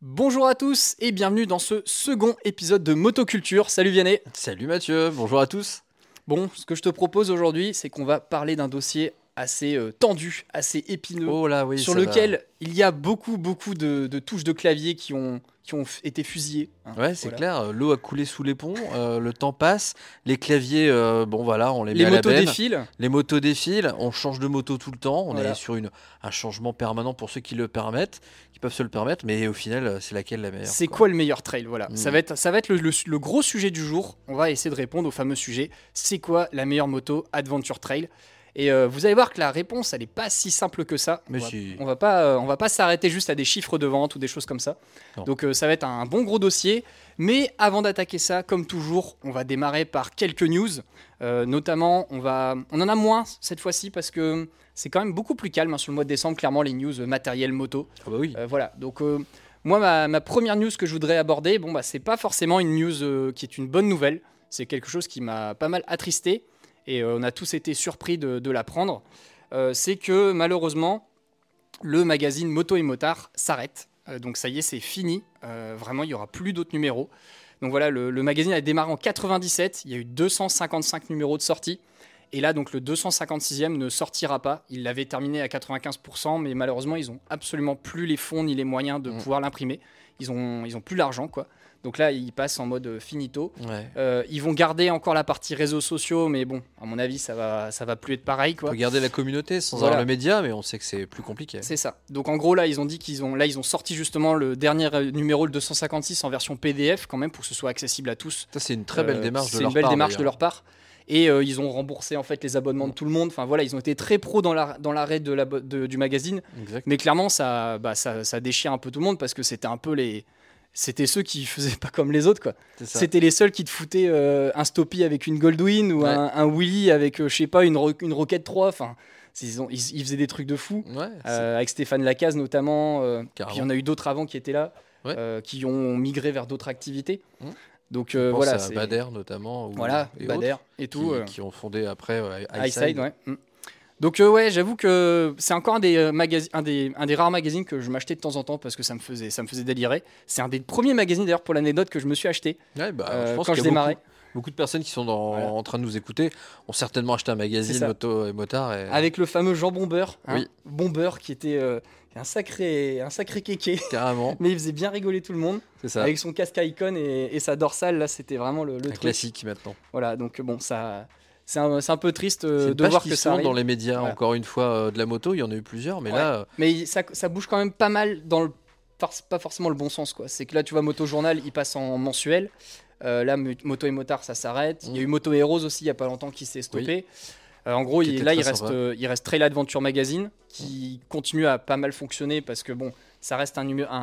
Bonjour à tous et bienvenue dans ce second épisode de Motoculture. Salut Vianney. Salut Mathieu, bonjour à tous. Bon, ce que je te propose aujourd'hui, c'est qu'on va parler d'un dossier assez tendu, assez épineux, Oh là oui, sur ça lequel il y a beaucoup de touches de clavier qui ont été fusillées. Hein, va. Ouais, c'est voilà. clair, l'eau a coulé sous les ponts, le temps passe, les claviers, bon voilà, on les met Les à la motos benne. défilent. Les motos défilent, on change de moto tout le temps, on Voilà. est sur un changement permanent pour ceux qui le permettent, qui peuvent se le permettre, mais au final, c'est laquelle la meilleure C'est quoi le meilleur trail? Voilà, Mm. ça va être le gros sujet du jour. On va essayer de répondre au fameux sujet. C'est quoi la meilleure moto Adventure Trail? Et vous allez voir que la réponse, elle n'est pas si simple que ça. Mais si. On va pas s'arrêter juste à des chiffres de vente ou des choses comme ça. Non. Donc ça va être un bon gros dossier. Mais avant d'attaquer ça, comme toujours, on va démarrer par quelques news. Notamment, on en a moins cette fois-ci parce que c'est quand même beaucoup plus calme hein, sur le mois de décembre. Clairement, les news matériel moto. Ah bah oui. Voilà, donc moi, ma première news que je voudrais aborder, c'est pas forcément une news qui est une bonne nouvelle. C'est quelque chose qui m'a pas mal attristé et on a tous été surpris de l'apprendre. C'est que malheureusement, le magazine Moto et Motard s'arrête. Donc ça y est, c'est fini. Vraiment, il n'y aura plus d'autres numéros. Donc voilà, le magazine a démarré en 97. Il y a eu 255 numéros de sortie. Et là, donc le 256e ne sortira pas. Il l'avait terminé à 95%, mais malheureusement, ils n'ont absolument plus les fonds ni les moyens de pouvoir l'imprimer. Ils ont plus l'argent, quoi. Donc là, ils passent en mode finito. Ouais. Ils vont garder encore la partie réseaux sociaux, mais bon, à mon avis, ça va plus être pareil, On quoi. peut garder la communauté sans Voilà. avoir le média, mais on sait que c'est plus compliqué. C'est ça. Donc en gros, là, ils ont dit ils ont sorti justement le dernier numéro, le 256, en version PDF, quand même, pour que ce soit accessible à tous. Ça, c'est une très belle démarche de C'est leur une belle part, démarche de d'ailleurs. leur part. Et ils ont remboursé en fait les abonnements de tout le monde. Enfin voilà, ils ont été très pros dans l'arrêt du magazine. Exact. Mais clairement, ça déchire un peu tout le monde parce que c'était un peu c'était ceux qui faisaient pas comme les autres, quoi. C'est ça. C'était les seuls qui te foutaient un Stoppie avec une Goldwyn ou Ouais. un Willy avec, je sais pas, une Rocket 3. Enfin, ils faisaient des trucs de fou. Ouais, Avec Stéphane Lacaze notamment. Puis il y en a eu d'autres avant qui étaient là, Ouais. qui ont migré vers d'autres activités. Mmh. Donc je pense voilà, à Bader notamment. voilà, et Bader autres, et tout. qui ont fondé après Highside, ouais. Donc ouais, j'avoue que c'est encore un des rares magazines que je m'achetais de temps en temps parce que ça me faisait délirer. C'est un des premiers magazines d'ailleurs pour l'anecdote que je me suis acheté Ouais, je pense quand je qu'il y a démarrais. beaucoup de personnes qui sont Voilà. en train de nous écouter ont certainement acheté un C'est magazine ça. moto et motard. Et... Avec le fameux Jean Bomber, hein, Oui. Bomber qui était un sacré kéké, Carrément, mais il faisait bien rigoler tout le monde c'est ça. avec son casque Icon et sa dorsale. Là, c'était vraiment le Un truc. classique maintenant. Voilà, donc bon, ça, c'est un peu triste C'est une de page voir qui que se ça monte arrive. dans les médias, Voilà. encore une fois, de la moto. Il y en a eu plusieurs, mais Ouais. là, Mais ça bouge quand même pas mal dans pas forcément le bon sens, quoi. C'est que là, tu vois, Moto Journal, il passe en mensuel. Là, Moto et Motard, ça s'arrête. Il y a eu Moto Heroes aussi, il y a pas longtemps, qui s'est stoppé. En gros, Qui était là, très il reste Trail Adventure Magazine, qui continue à pas mal fonctionner parce que bon, ça reste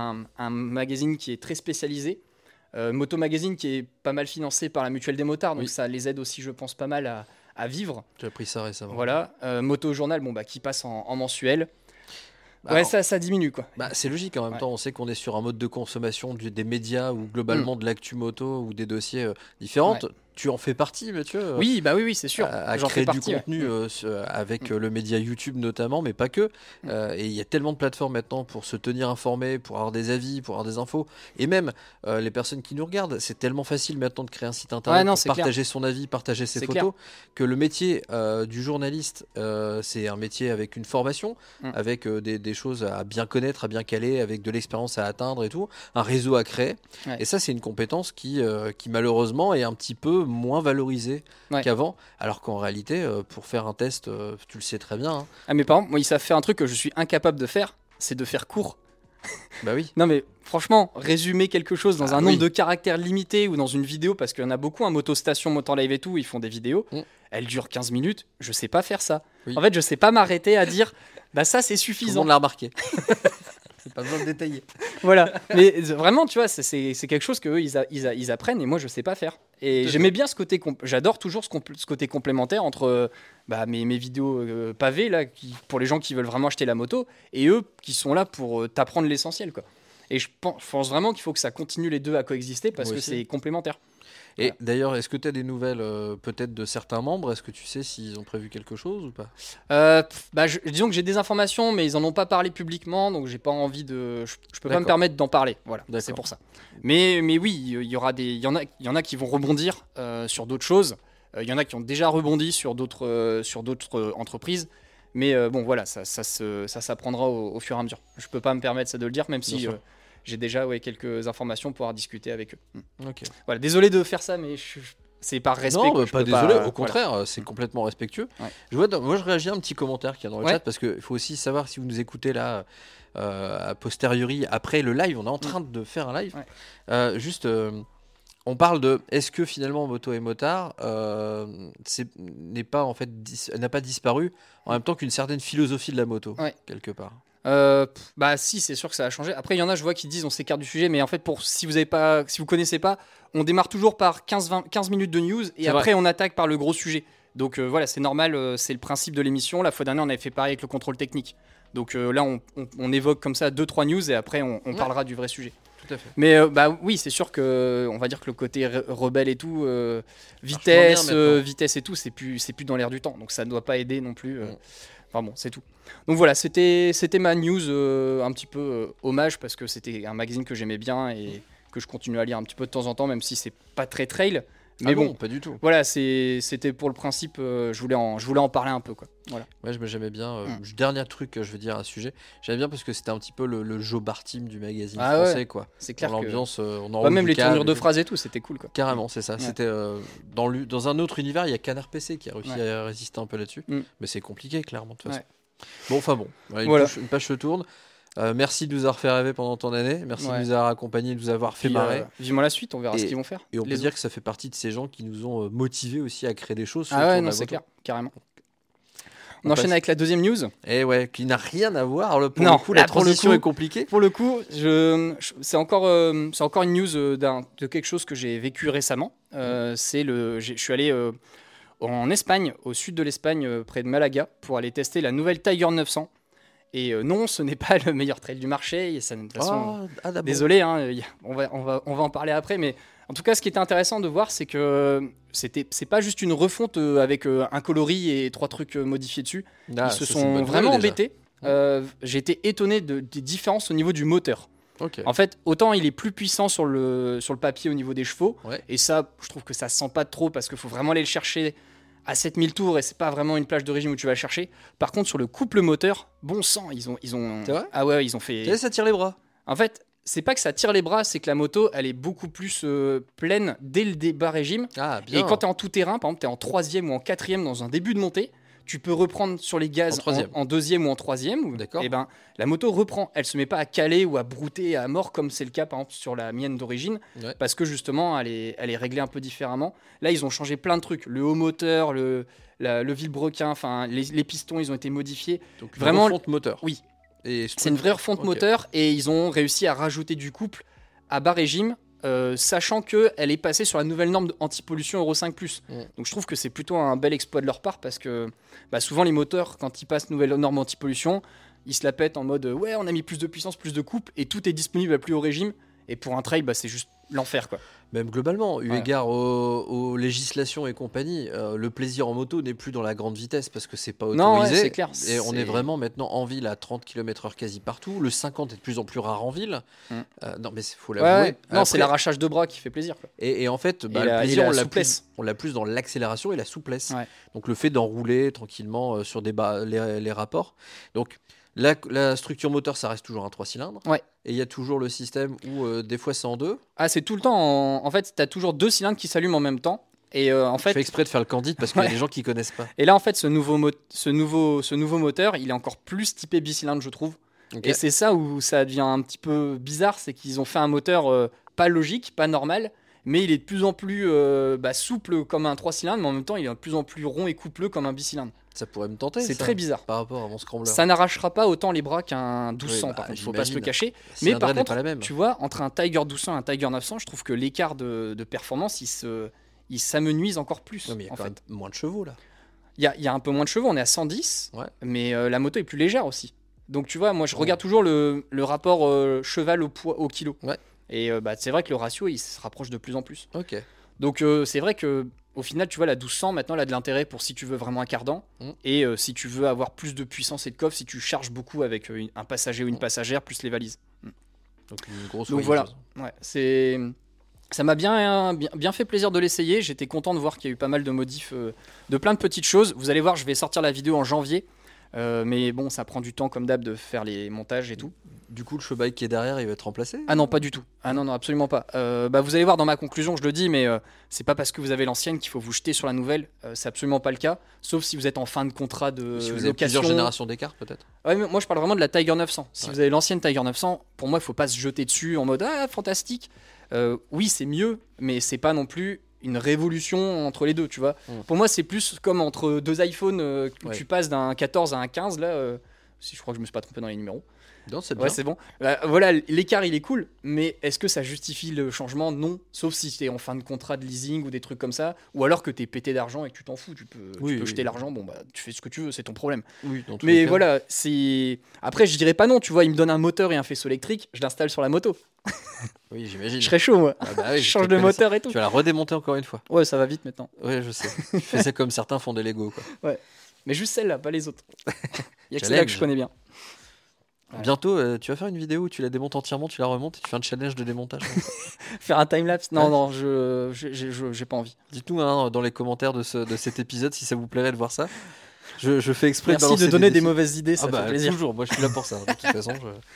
un magazine qui est très spécialisé. Moto Magazine qui est pas mal financé par la Mutuelle des Motards, donc Oui. ça les aide aussi, je pense, pas mal à vivre. j'ai appris ça récemment. Voilà. Moto Journal, qui passe en mensuel. Bah, Ouais, alors, ça diminue, quoi. c'est logique en même Ouais. temps. On sait qu'on est sur un mode de consommation des médias ou globalement de l'actu moto ou des dossiers différentes. Ouais. Tu en fais partie, Mathieu. Oui, oui, c'est sûr. À J'en fais créer du partie, ouais. contenu avec le média YouTube notamment, mais pas que. Et il y a tellement de plateformes maintenant pour se tenir informé, pour avoir des avis, pour avoir des infos. Et même les personnes qui nous regardent, c'est tellement facile maintenant de créer un site internet Ouais, non, pour c'est partager son avis, partager ses C'est photos, que le métier du journaliste, c'est un métier avec une formation, avec des choses à bien connaître, à bien caler, avec de l'expérience à atteindre et tout, un réseau à créer. Ouais. Et ça, c'est une compétence qui malheureusement est un petit peu moins valorisée qu'avant, alors qu'en réalité, pour faire un test, tu le sais très bien. Hein. Ah, mes parents, moi, ils savent faire un truc que je suis incapable de faire, c'est de faire court. Bah oui. Non, mais franchement, résumer quelque chose dans Ah un nombre oui. de caractères limité ou dans une vidéo, parce qu'il y en a beaucoup, un Motostation, Moto Live et tout, ils font des vidéos, elles durent 15 minutes, je sais pas faire ça. Oui. En fait, je sais pas m'arrêter à dire, bah ça, c'est Tout le suffisant. monde l'a remarqué. C'est pas besoin de détailler. Voilà. Mais vraiment, tu vois, c'est quelque chose qu'eux, ils apprennent et moi, je sais pas faire. Et j'aimais bien ce côté, j'adore toujours ce côté complémentaire entre mes vidéos pavées, là, pour les gens qui veulent vraiment acheter la moto, et eux qui sont là pour t'apprendre l'essentiel, quoi. Et je pense vraiment qu'il faut que ça continue les deux à coexister parce Moi que aussi. c'est complémentaire. Et Voilà. d'ailleurs, est-ce que tu as des nouvelles peut-être de certains membres? Est-ce que tu sais s'ils ont prévu quelque chose ou pas? Disons que j'ai des informations, mais ils en ont pas parlé publiquement, donc j'ai pas envie de. Je peux pas me D'accord. permettre d'en parler. Voilà, c'est D'accord. pour ça. Mais oui, il y aura il y en a qui vont rebondir sur d'autres choses. Il y en a qui ont déjà rebondi sur d'autres entreprises. Mais bon, voilà, ça s'apprendra au fur et à mesure. Je peux pas me permettre ça de le dire, même Bien si sûr. j'ai déjà quelques informations pour pouvoir discuter avec eux. Ok. Voilà, désolé de faire ça, mais c'est par respect. Non, quoi. bah, Je pas peux désolé, au voilà. contraire, c'est complètement respectueux. Ouais. Moi, je réagis à un petit commentaire qu'il y a dans le Ouais. chat parce qu'il faut aussi savoir si vous nous écoutez là, a posteriori, après le live, on est en train de faire un live. Ouais. Juste, on parle de est-ce que finalement Moto et Motard n'est pas en fait n'a pas disparu en même temps qu'une certaine philosophie de la moto Ouais. quelque part. Bah si, c'est sûr que ça a changé. Après, il y en a, je vois qui disent on s'écarte du sujet, mais en fait, si vous connaissez pas, on démarre toujours par 15 minutes de news et C'est après on attaque par le gros sujet. Donc voilà, c'est normal, c'est le principe de l'émission. La fois dernière, on avait fait pareil avec le contrôle technique. Donc là, on évoque comme ça 2-3 news et après on parlera du vrai sujet. Tout à fait. Mais bah oui, c'est sûr que on va dire que le côté rebelle et tout, Marche moins bien vitesse et tout, c'est plus dans l'air du temps. Donc ça ne doit pas aider non plus. Enfin bon, c'est tout. Donc voilà, c'était ma news un petit peu hommage parce que c'était un magazine que j'aimais bien et que je continue à lire un petit peu de temps en temps, même si c'est pas très trail. Mais bon, pas du tout. voilà, c'était pour le principe. Je voulais en parler un peu, quoi. Voilà. Ouais, j'aimais bien. Dernier truc que je veux dire à ce sujet, j'aimais bien parce que c'était un petit peu le Joe Bartim du magazine français, quoi. C'est clair dans que l'ambiance, on ouais, même les tournures de phrases et tout, c'était cool, quoi. Carrément, c'est ça. Ouais. C'était dans un autre univers, il y a Canard PC qui a réussi à résister un peu là-dessus. Mais c'est compliqué, clairement, de toute façon. Bon, voilà, une page se tourne. Merci de nous avoir fait rêver pendant ton année. Merci de nous avoir accompagnés, de nous avoir fait marrer. Vivement la suite, on verra ce qu'ils vont faire. Et on peut dire que ça fait partie de ces gens qui nous ont motivés aussi à créer des choses. Ah ouais, non, c'est clair, carrément. On enchaîne avec la deuxième news. Et ouais, qui n'a rien à voir. Pour le coup, la transition est compliquée. Pour le coup, c'est encore une news de quelque chose que j'ai vécu récemment. Je suis allé en Espagne, au sud de l'Espagne, près de Malaga, pour aller tester la nouvelle Tiger 900. Et non, ce n'est pas le meilleur trail du marché. Et ça, de toute façon, désolé, hein, on va en parler après. Mais en tout cas, ce qui était intéressant de voir, c'est que c'est pas juste une refonte avec un coloris et 3 trucs modifiés dessus. Ils se sont vraiment embêtés. J'ai été étonné des différences au niveau du moteur. Okay. En fait, autant il est plus puissant sur le papier au niveau des chevaux. Et ça, je trouve que ça se sent pas trop parce qu'il faut vraiment aller le chercher à 7000 tours et c'est pas vraiment une plage de régime où tu vas le chercher. Par contre, sur le couple moteur, bon sang, ils ont. C'est vrai ? Ah ouais, ils ont fait. Ça tire les bras. En fait, c'est pas que ça tire les bras, c'est que la moto, elle est beaucoup plus pleine dès le bas régime. Ah, bien. Et quand t'es en tout terrain, par exemple, t'es en 3e ou en 4e dans un début de montée, tu peux reprendre sur les gaz en 2e ou en 3e. D'accord. Et ben, la moto reprend. Elle se met pas à caler ou à brouter à mort comme c'est le cas par exemple sur la mienne d'origine, parce que justement, elle est réglée un peu différemment. Là, ils ont changé plein de trucs. Le haut moteur, le vilebrequin, enfin les pistons, ils ont été modifiés. Donc vraiment une refonte moteur. Oui. C'est une vraie refonte moteur et ils ont réussi à rajouter du couple à bas régime. Sachant qu'elle est passée sur la nouvelle norme anti-pollution Euro 5+. Donc je trouve que c'est plutôt un bel exploit de leur part parce que souvent les moteurs, quand ils passent nouvelle norme anti-pollution, ils se la pètent en mode ouais, on a mis plus de puissance, plus de couple et tout est disponible à plus haut régime. Et pour un trail, c'est juste l'enfer, quoi. Même globalement, eu égard aux législations et compagnie, le plaisir en moto n'est plus dans la grande vitesse parce que c'est pas autorisé. Non, c'est clair. Et on est vraiment maintenant en ville à 30 km/h quasi partout. Le 50 est de plus en plus rare en ville. Non, mais il faut l'avouer. Non, c'est l'arrachage de bras qui fait plaisir, quoi. Et en fait, le plaisir, on l'a plus dans l'accélération et la souplesse. Donc le fait d'enrouler tranquillement sur les rapports. Donc la structure moteur, ça reste toujours un 3 cylindres. Et il y a toujours le système où des fois c'est en 2. Ah, c'est tout le temps. En fait, tu as toujours 2 cylindres qui s'allument en même temps. Et en fait, je fais exprès de faire le candide parce qu'il y a des gens qui connaissent pas. Et là, en fait, ce nouveau moteur, il est encore plus typé bicylindre, je trouve. Et c'est ça où ça devient un petit peu bizarre, c'est qu'ils ont fait un moteur pas logique, pas normal, mais il est de plus en plus souple comme un 3 cylindres, mais en même temps, il est de plus en plus rond et coupleux comme un bicylindre. Ça pourrait me tenter. C'est très bizarre. Par rapport à mon scrambler. Ça n'arrachera pas autant les bras qu'un 1200, par contre, il faut pas se le cacher. Mais par contre, tu vois, entre un Tiger 1200 et un Tiger 900, je trouve que l'écart de performance, il s'amenuise encore plus. Non, mais il y a quand même moins de chevaux là. Il y a un peu moins de chevaux, on est à 110, mais la moto est plus légère aussi. Donc tu vois, moi je regarde toujours le rapport cheval au kilo. Et c'est vrai que le ratio il se rapproche de plus en plus. Donc c'est vrai que au final, tu vois, la 1200 maintenant, elle a de l'intérêt pour si tu veux vraiment un cardan et si tu veux avoir plus de puissance et de coffre, si tu charges beaucoup avec un passager ou une passagère plus les valises. Donc une grosse Donc voilà, ouais, ça m'a bien fait plaisir de l'essayer. J'étais content de voir qu'il y a eu pas mal de modifs, de plein de petites choses. Vous allez voir, je vais sortir la vidéo en janvier. Mais bon, ça prend du temps comme d'hab de faire les montages et tout. Du coup, le show-bike qui est derrière, il va être remplacé? Ah non, pas du tout. Ah non, non, absolument pas. Vous allez voir dans ma conclusion, je le dis, mais c'est pas parce que vous avez l'ancienne qu'il faut vous jeter sur la nouvelle. C'est absolument pas le cas. Sauf si vous êtes en fin de contrat de Si vous avez location. plusieurs générations d'écart, peut-être. Ouais, mais moi je parle vraiment de la Tiger 900. Si Ouais. vous avez l'ancienne Tiger 900, pour moi il faut pas se jeter dessus en mode ah fantastique. Oui, c'est mieux, mais c'est pas non plus une révolution entre les deux, tu vois. Pour moi, c'est plus comme entre deux iPhones où Ouais. tu passes d'un 14 à un 15 là. Si je crois que je me suis pas trompé dans les numéros. Non, c'est bien. Ouais, c'est bon. Voilà, l'écart il est cool, mais est-ce que ça justifie le changement? Non, sauf si t'es en fin de contrat de leasing ou des trucs comme ça, ou alors que t'es pété d'argent et que tu t'en fous. Tu peux jeter l'argent, bon bah tu fais ce que tu veux, c'est ton problème. Oui, dans tous les Mais cas. voilà, c'est. Après, je dirais pas non, tu vois, il me donne un moteur et un faisceau électrique, je l'installe sur la moto. Oui, j'imagine. Je serais chaud, moi. Ah bah oui, Je je change te de connais moteur et tout. Tu vas la redémonter encore une fois. Ouais, ça va vite maintenant. Ouais, je sais. Tu fais ça comme certains font des Lego, quoi. Mais juste celle-là, pas les autres. Il y a que celle-là que je connais bien. Ouais. Bientôt, tu vas faire une vidéo où tu la démontes entièrement, tu la remontes et tu fais un challenge de démontage. Faire un timelapse? Non, Ouais. non, j'ai pas envie. Dites-nous hein, dans les commentaires de cet épisode si ça vous plairait de voir ça. Je fais exprès Merci balancer de donner des défis. mauvaises idées, ça fait plaisir. Toujours, moi je suis là pour ça. De toute façon,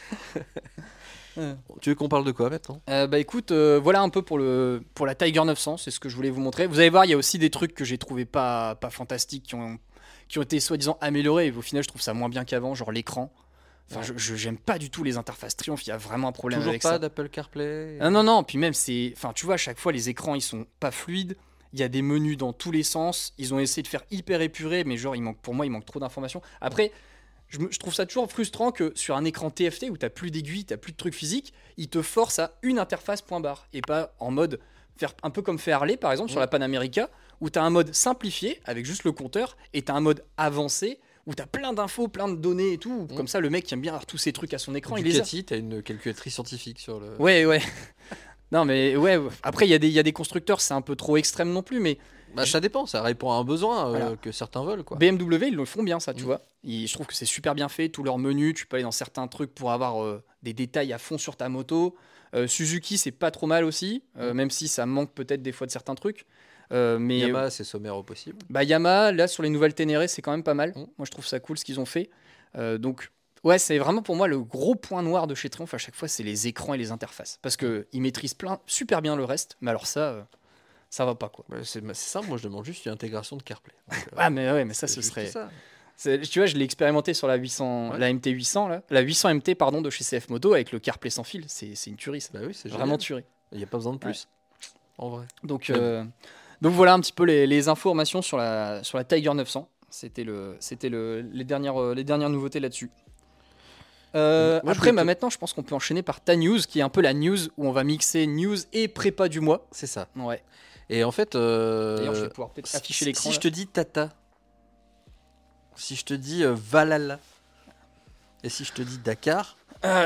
Tu veux qu'on parle de quoi maintenant? Écoute, voilà un peu pour la Tiger 900, c'est ce que je voulais vous montrer. Vous allez voir, il y a aussi des trucs que j'ai trouvé pas fantastiques qui ont été soi-disant améliorés. Et au final, je trouve ça moins bien qu'avant, genre l'écran. Enfin, j'aime pas du tout les interfaces Triumph, il y a vraiment un problème Toujours avec pas ça. d'Apple CarPlay? Non, puis même enfin, tu vois, à chaque fois, les écrans, ils sont pas fluides. Il y a des menus dans tous les sens. Ils ont essayé de faire hyper épuré, mais genre, pour moi, il manque trop d'informations. Après, je trouve ça toujours frustrant que sur un écran TFT où t'as plus d'aiguilles, t'as plus de trucs physiques, ils te forcent à une interface point barre et pas en mode faire un peu comme fait Harley par exemple sur la Panamerica où t'as un mode simplifié avec juste le compteur et t'as un mode avancé où t'as plein d'infos, plein de données et tout. Comme ça, le mec qui aime bien avoir tous ces trucs à son écran, il les a. T'as une calculatrice scientifique sur le. Ouais. Non mais ouais. Après, il y a des constructeurs, c'est un peu trop extrême non plus, mais. Ça dépend, ça répond à un besoin Voilà. que certains veulent, quoi. BMW, ils le font bien, ça, tu vois. Je trouve que c'est super bien fait. Tous leurs menus, tu peux aller dans certains trucs pour avoir des détails à fond sur ta moto. Suzuki, c'est pas trop mal aussi, même si ça manque peut-être des fois de certains trucs. Mais Yamaha, c'est sommaire au possible. Yamaha, là, sur les nouvelles Ténéré, c'est quand même pas mal. Moi, je trouve ça cool ce qu'ils ont fait. Donc, ouais, c'est vraiment pour moi le gros point noir de chez Triumph à chaque fois, c'est les écrans et les interfaces. Parce qu'ils maîtrisent super bien le reste, mais alors ça va pas, quoi. C'est simple, moi je demande juste une intégration de CarPlay. Donc, mais ça, ce juste serait. ça. Tu vois, je l'ai expérimenté sur la 800, la MT 800 là, la 800 MT pardon de chez CF Moto avec le CarPlay sans fil. C'est une tuerie, ça. Bah oui, c'est Vraiment tuerie. Il n'y a pas besoin de plus, en vrai. Donc voilà un petit peu les informations sur la Tiger 900. C'était les dernières nouveautés là-dessus. Après, maintenant, je pense qu'on peut enchaîner par ta news, qui est un peu la news où on va mixer news et prépa du mois. C'est ça. Ouais. Et en fait, D'ailleurs, je vais pouvoir peut-être afficher l'écran. Si je te dis Tata, si je te dis Valhalla, et si je te dis Dakar,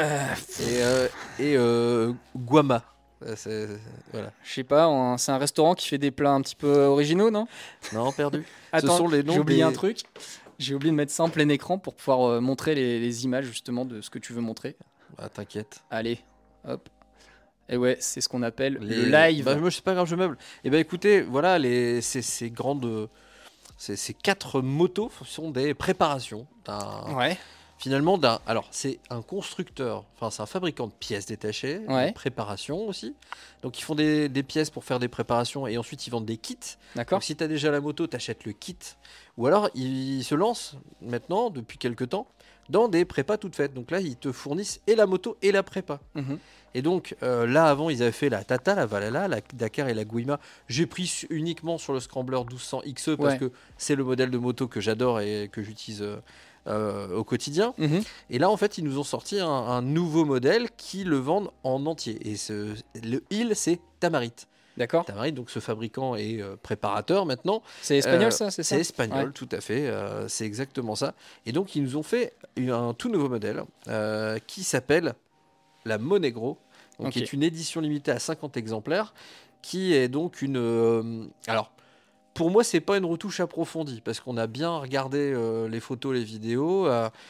et Guama, voilà. Je sais pas, c'est un restaurant qui fait des plats un petit peu originaux, non? Non, perdu. Attends, Ce sont les noms j'ai oublié des- un truc. J'ai oublié de mettre ça en plein écran pour pouvoir montrer les images justement de ce que tu veux montrer. Ah, t'inquiète. Allez, hop. Et ouais, c'est ce qu'on appelle le Les- live. Bah, moi, c'est pas grave, je meuble. Et ben écoutez, voilà, ces grandes, ces 4 motos sont des préparations Ouais. finalement alors c'est un constructeur, enfin c'est un fabricant de pièces détachées, Ouais. de préparation aussi. Donc ils font des pièces pour faire des préparations et ensuite ils vendent des kits. D'accord. Donc si tu as déjà la moto, tu achètes le kit. Ou alors ils se lancent maintenant, depuis quelques temps, dans des prépas toutes faites. Donc là ils te fournissent et la moto et la prépa. Mhm. Et donc là avant ils avaient fait la Tata, la Valhalla, la Dakar et la Guima. J'ai pris uniquement sur le Scrambler 1200 XE parce Ouais. que c'est le modèle de moto que j'adore et que j'utilise au quotidien. Mhm. Et là en fait ils nous ont sorti un nouveau modèle qui le vendent en entier. Et le Hill c'est Tamarit. D'accord. Tamarit, donc ce fabricant et préparateur maintenant. C'est espagnol ça, c'est ça? C'est espagnol, Ouais. tout à fait. C'est exactement ça. Et donc ils nous ont fait un tout nouveau modèle qui s'appelle la Monegro donc Ok. qui est une édition limitée à 50 exemplaires, qui est donc une... alors, pour moi, c'est pas une retouche approfondie, parce qu'on a bien regardé les photos, les vidéos.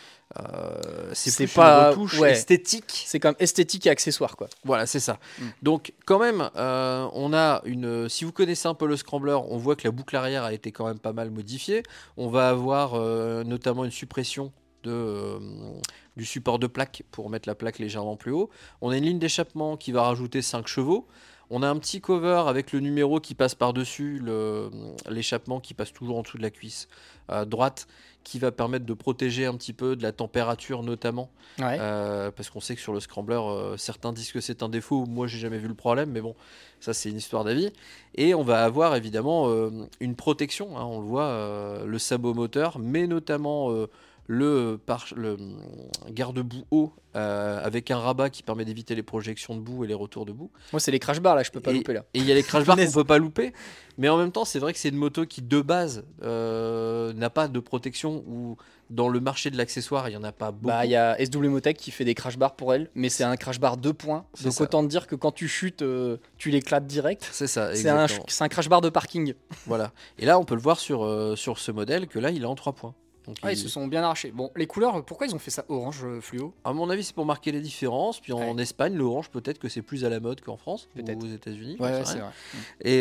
C'est C'est plus pas- une retouche ouais. esthétique. C'est comme esthétique et accessoire, quoi. Voilà, c'est ça. Mm. Donc, quand même, on a une. Si vous connaissez un peu le scrambler, on voit que la boucle arrière a été quand même pas mal modifiée. On va avoir notamment une suppression du support de plaque pour mettre la plaque légèrement plus haut. On a une ligne d'échappement qui va rajouter 5 chevaux. On a un petit cover avec le numéro qui passe par-dessus l'échappement qui passe toujours en dessous de la cuisse droite, qui va permettre de protéger un petit peu de la température notamment. Ouais. Parce qu'on sait que sur le scrambler, certains disent que c'est un défaut. Moi, j'ai jamais vu le problème, mais bon, ça c'est une histoire d'avis. Et on va avoir évidemment une protection. Hein, on le voit, le sabot moteur, mais notamment le garde-boue haut avec un rabat qui permet d'éviter les projections de boue et les retours de boue. Moi, c'est les crash bars, là, je peux pas louper, là. Et il y a les crash bars qu'on Punaise. peut pas louper. Mais en même temps, c'est vrai que c'est une moto qui, de base, n'a pas de protection, ou dans le marché de l'accessoire, il y en a pas beaucoup. Bah, il y a SW Motec qui fait des crash bars pour elle, mais c'est un crash bar 2 points. C'est Donc ça. autant te dire que quand tu chutes, tu l'éclates direct. C'est ça, C'est un, exactement. c'est un crash bar de parking. Voilà. Et là, on peut le voir sur ce modèle, que là, il est en 3 points. Donc, Ah, ils se sont bien arrachés. Bon, les couleurs, pourquoi ils ont fait ça orange fluo? à mon avis, c'est pour marquer les différences. Puis en Ouais. Espagne, l'orange, peut-être que c'est plus à la mode qu'en France Peut-être. ou aux États-Unis. Ouais, j'en sais ouais, c'est rien. vrai. Et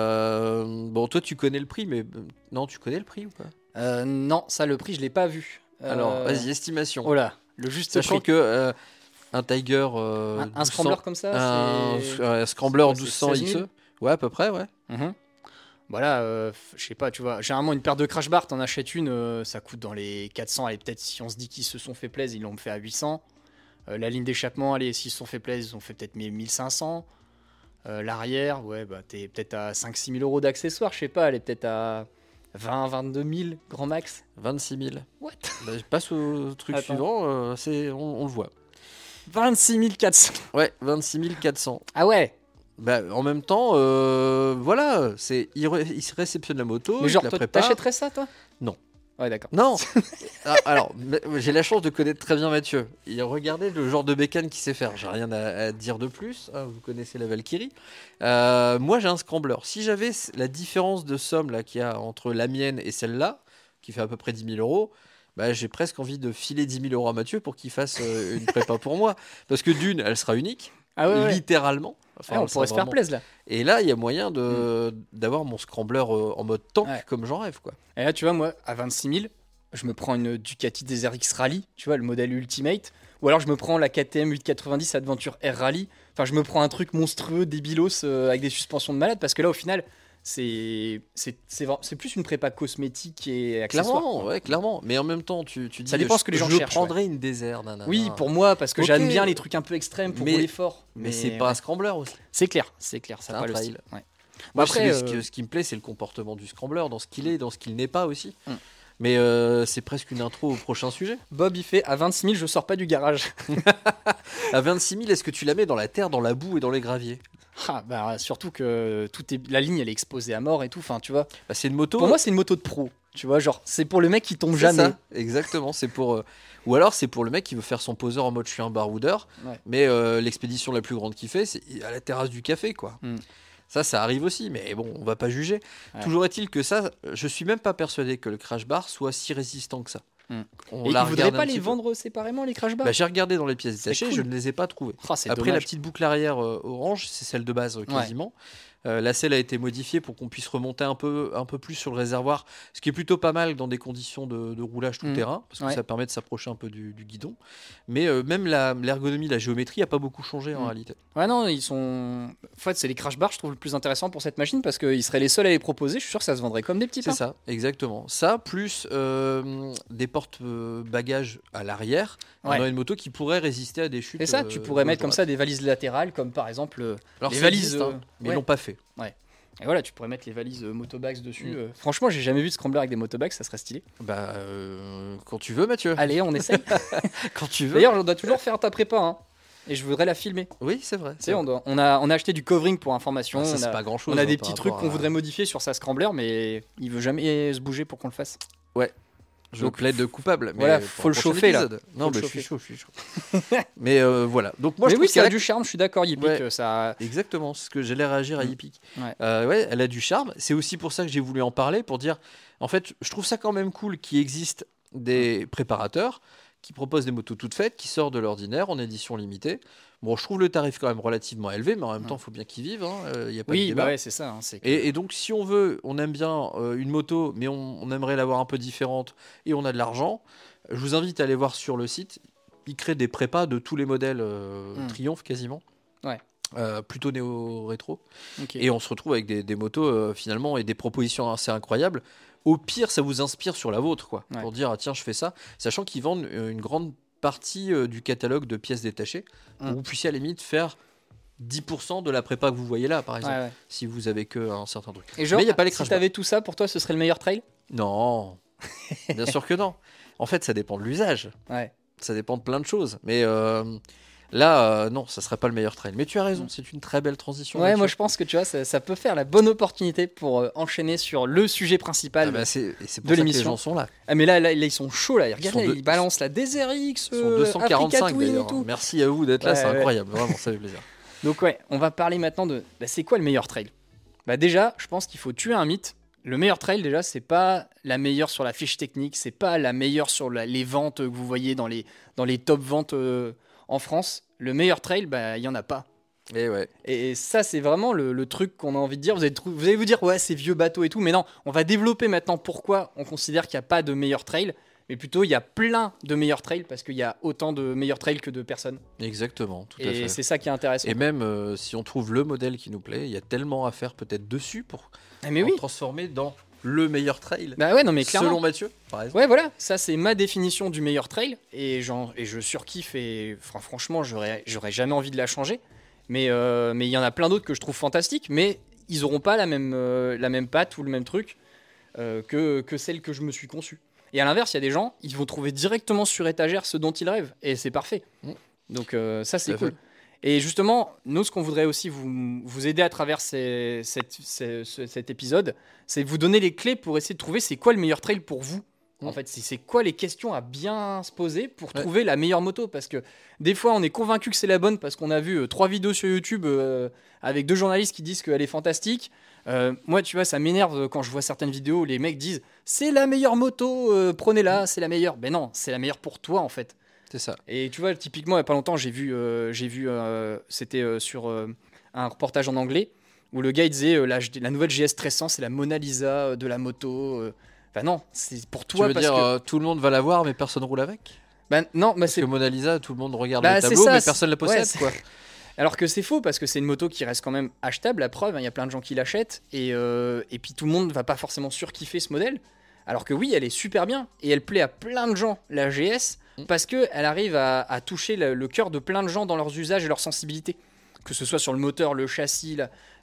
bon, toi, tu connais le prix, mais non, tu connais le prix ou pas? Non, ça, le prix, je l'ai pas vu. Alors, vas-y, estimation. Oh là, le juste Sachant prix. que un Tiger, Un 1200, scrambler comme ça, c'est... un Scrambler c'est quoi, 1200 c'est 16 000? XE, ouais, à peu près, ouais. Mhm. Voilà, je sais pas, tu vois, généralement une paire de crash bars, t'en achètes une, ça coûte dans les 400, et peut-être si on se dit qu'ils se sont fait plaisir, ils l'ont fait à 800. La ligne d'échappement, allez, s'ils se sont fait plaisir, ils ont fait peut-être 1500. L'arrière, ouais, bah t'es peut-être à 5-6 000 euros d'accessoires, je sais pas, elle est peut-être à 20-22 000 grand max. 26 000. What? Bah, je passe au truc Attends. suivant, on le voit. 26 400. Ouais, 26 400. Ah ouais. Bah, en même temps, voilà, il se réceptionne la moto, Mais il genre, la toi, prépare. t'achèterais ça, toi? Non. Ouais, d'accord. Non. Alors, j'ai la chance de connaître très bien Mathieu. Et regardez le genre de bécane qu'il sait faire. J'ai rien à dire de plus. Hein, vous connaissez la Valkyrie. Moi, j'ai un scrambler. Si j'avais la différence de somme là qu'il y a entre la mienne et celle-là, qui fait à peu près 10 000 euros, bah, j'ai presque envie de filer 10 000 euros à Mathieu pour qu'il fasse une prépa pour moi. Parce que d'une, elle sera unique, Ah ouais, ouais. littéralement. Enfin, Ah, on elle sera pourrait se faire vraiment- plaisir, là. Et là, il y a moyen d'avoir mon scrambler en mode tank, Ouais. comme j'en rêve, quoi. Et là, tu vois, moi, à 26 000, je me prends une Ducati Desert X Rally, tu vois, le modèle Ultimate. Ou alors, je me prends la KTM 890 Adventure R Rally. Enfin, je me prends un truc monstrueux, débilos, avec des suspensions de malade. Parce que là, au final, c'est plus une prépa cosmétique et accessoire. Clairement, ouais, clairement. Mais en même temps, tu dis. Ça dépend ce que les gens je cherchent, prendrais une désert, nanana. Oui, pour moi, parce que Ok. j'aime bien les trucs un peu extrêmes pour Mais- rouler fort. Mais c'est pas un scrambler aussi. C'est clair, ça C'est n'a un pas le trail. style. Ouais. Moi, après, ce qui me plaît, c'est le comportement du scrambler, dans ce qu'il est, dans ce qu'il n'est pas aussi. Mm. Mais c'est presque une intro au prochain sujet. Bob, il fait à 26 000, je sors pas du garage. À 26 000, est-ce que tu la mets dans la terre, dans la boue et dans les graviers? Ah, bah, surtout que la ligne, elle est exposée à mort et tout. Enfin, tu vois. Bah, c'est une moto. Pour moi, c'est une moto de pro. Tu vois, genre, c'est pour le mec qui tombe c'est jamais. ça, exactement. C'est pour. Ou alors, c'est pour le mec qui veut faire son poseur en mode je suis un baroudeur. Ouais. Mais l'expédition la plus grande qu'il fait, c'est à la terrasse du café, quoi. Mm. Ça arrive aussi, mais bon, on va pas juger. Ouais. Toujours est-il que ça, je suis même pas persuadé que le crash bar soit si résistant que ça. Mm. On Et l'a ils voudraient regardé pas un les petit peu. vendre séparément, les crash bars? Bah, j'ai regardé dans les pièces C'est détachées, cool. je ne les ai pas trouvées. Ah, c'est Après, la dommage. petite boucle arrière orange, c'est celle de base quasiment. La selle a été modifiée pour qu'on puisse remonter un peu plus sur le réservoir, ce qui est plutôt pas mal dans des conditions de roulage tout terrain, parce que Ouais. ça permet de s'approcher un peu du guidon. Mais même l'ergonomie, la géométrie n'a pas beaucoup changé en réalité. Ouais, non, ils sont. En fait, c'est les crash bars, je trouve, le plus intéressant pour cette machine parce qu'ils seraient les seuls à les proposer. Je suis sûr que ça se vendrait comme des petits C'est pains. ça, exactement. Ça, plus des portes-bagages à l'arrière, on Ouais. a une moto qui pourrait résister à des chutes. Et ça, tu pourrais mettre comme ça dangereuses. des valises latérales, comme par exemple Alors, les ça valises. existe, hein, mais ouais. ils l'ont pas fait. Et voilà, tu pourrais mettre les valises motobags dessus. Franchement, j'ai jamais vu de scrambler avec des motobags, ça serait stylé. Bah, quand tu veux, Mathieu. Allez, on essaye. Quand tu veux. D'ailleurs, on doit toujours faire ta prépa, hein. Et je voudrais la filmer. Oui, c'est vrai. Tu sais, on a acheté du covering pour information. Ça, on c'est a, pas grand chose. on a des petits trucs qu'on voudrait modifier sur sa scrambler, mais il veut jamais se bouger pour qu'on le fasse. Je Donc, plaide coupable. Mais voilà, pour faut un le prochain chauffer, là. épisode. Non, Faut le mais je suis chauffer. chaud. Mais voilà. Donc moi, Mais je oui, trouve ça a qu'elle du charme, je suis d'accord, Yipik, Ouais. ça... Exactement, c'est ce que j'allais réagir à Yipik. Ouais. Ouais, elle a du charme. C'est aussi pour ça que j'ai voulu en parler, pour dire, en fait, je trouve ça quand même cool qu'il existe des préparateurs qui proposent des motos toutes faites, qui sortent de l'ordinaire en édition limitée. Bon, je trouve le tarif quand même relativement élevé, mais en même temps, il faut bien qu'ils vivent. Il y a pas de Oui, débat. bah ouais, c'est ça. Hein, c'est que... Et donc, si on veut, on aime bien une moto, mais on aimerait l'avoir un peu différente et on a de l'argent, je vous invite à aller voir sur le site. Ils créent des prépas de tous les modèles Triumph quasiment. Ouais. Plutôt néo-rétro. Ok. Et on se retrouve avec des motos finalement et des propositions assez incroyables. Au pire, ça vous inspire sur la vôtre, quoi, Ouais. pour dire ah, tiens, je fais ça, sachant qu'ils vendent une grande partie du catalogue de pièces détachées pour que vous puissiez à la limite faire 10% de la prépa que vous voyez là, par exemple, Ouais, ouais. si vous avez que un certain truc. Et genre, Mais il n'y a pas les si crash t'avais tout ça, pour toi, ce serait le meilleur trail? Non, bien sûr que non. En fait, ça dépend de l'usage. Ouais. Ça dépend de plein de choses. Mais là, non, ça serait pas le meilleur trail. Mais tu as raison, c'est une très belle transition. Ouais, Mathieu. moi je pense que tu vois, ça peut faire la bonne opportunité pour enchaîner sur le sujet principal Ah bah, c'est pour de ça que les l'émission. gens sont là. Ah mais là, ils sont chauds là, regarde, sont là, deux- ils balancent la DZRX, Ils sont 245 Africa Twin et d'ailleurs. tout. Merci à vous d'être là, Ouais, c'est ouais. incroyable. Vraiment, ça fait plaisir. Donc ouais, on va parler maintenant de c'est quoi le meilleur trail? Bah déjà, je pense qu'il faut tuer un mythe. Le meilleur trail déjà, c'est pas la meilleure sur la fiche technique, c'est pas la meilleure sur les ventes que vous voyez dans les top ventes en France. Le meilleur trail, bah il y en a pas. Et ouais. Et ça, c'est vraiment le truc qu'on a envie de dire. Vous allez vous dire, ouais, c'est vieux bateau et tout. Mais non, on va développer maintenant pourquoi on considère qu'il n'y a pas de meilleur trail. Mais plutôt, il y a plein de meilleurs trails parce qu'il y a autant de meilleurs trails que de personnes. Exactement, tout à Et fait. c'est ça qui est intéressant. Et même si on trouve le modèle qui nous plaît, il y a tellement à faire peut-être dessus pour Ah, mais en oui. transformer dans le meilleur trail. Bah ouais, non, mais clairement. Selon Mathieu, par exemple. Ouais, voilà, ça c'est ma définition du meilleur trail et je surkiffe et franchement, j'aurais jamais envie de la changer. Mais il y en a plein d'autres que je trouve fantastiques, mais ils auront pas la même patte ou le même truc que celle que je me suis conçue. Et à l'inverse, il y a des gens, ils vont trouver directement sur étagère ce dont ils rêvent et c'est parfait. Donc ça c'est Tout à cool. fait. Et justement, nous, ce qu'on voudrait aussi vous aider à travers cet épisode, c'est vous donner les clés pour essayer de trouver c'est quoi le meilleur trail pour vous. En fait, c'est quoi les questions à bien se poser pour trouver la meilleure moto. Parce que des fois, on est convaincu que c'est la bonne parce qu'on a vu 3 vidéos sur YouTube avec 2 journalistes qui disent qu'elle est fantastique. Moi, tu vois, ça m'énerve quand je vois certaines vidéos où les mecs disent c'est la meilleure moto, prenez-la, c'est la meilleure. Ben non, c'est la meilleure pour toi en fait. C'est ça. Et tu vois, typiquement, il n'y a pas longtemps, j'ai vu c'était sur un reportage en anglais où le gars il disait la nouvelle GS 1300, c'est la Mona Lisa de la moto. Enfin non, c'est pour toi. Tu veux parce dire que... tout le monde va l'avoir mais personne roule avec? Ben non, Parce que Mona Lisa, tout le monde regarde Bah, le c'est tableau ça, mais personne la possède, ouais, quoi. Alors que c'est faux parce que c'est une moto qui reste quand même achetable, la preuve, il y a plein de gens qui l'achètent et puis tout le monde va pas forcément surkiffer ce modèle. Alors que oui, elle est super bien et elle plaît à plein de gens, la GS, parce qu'elle arrive à toucher le cœur de plein de gens dans leurs usages et leurs sensibilités. Que ce soit sur le moteur, le châssis,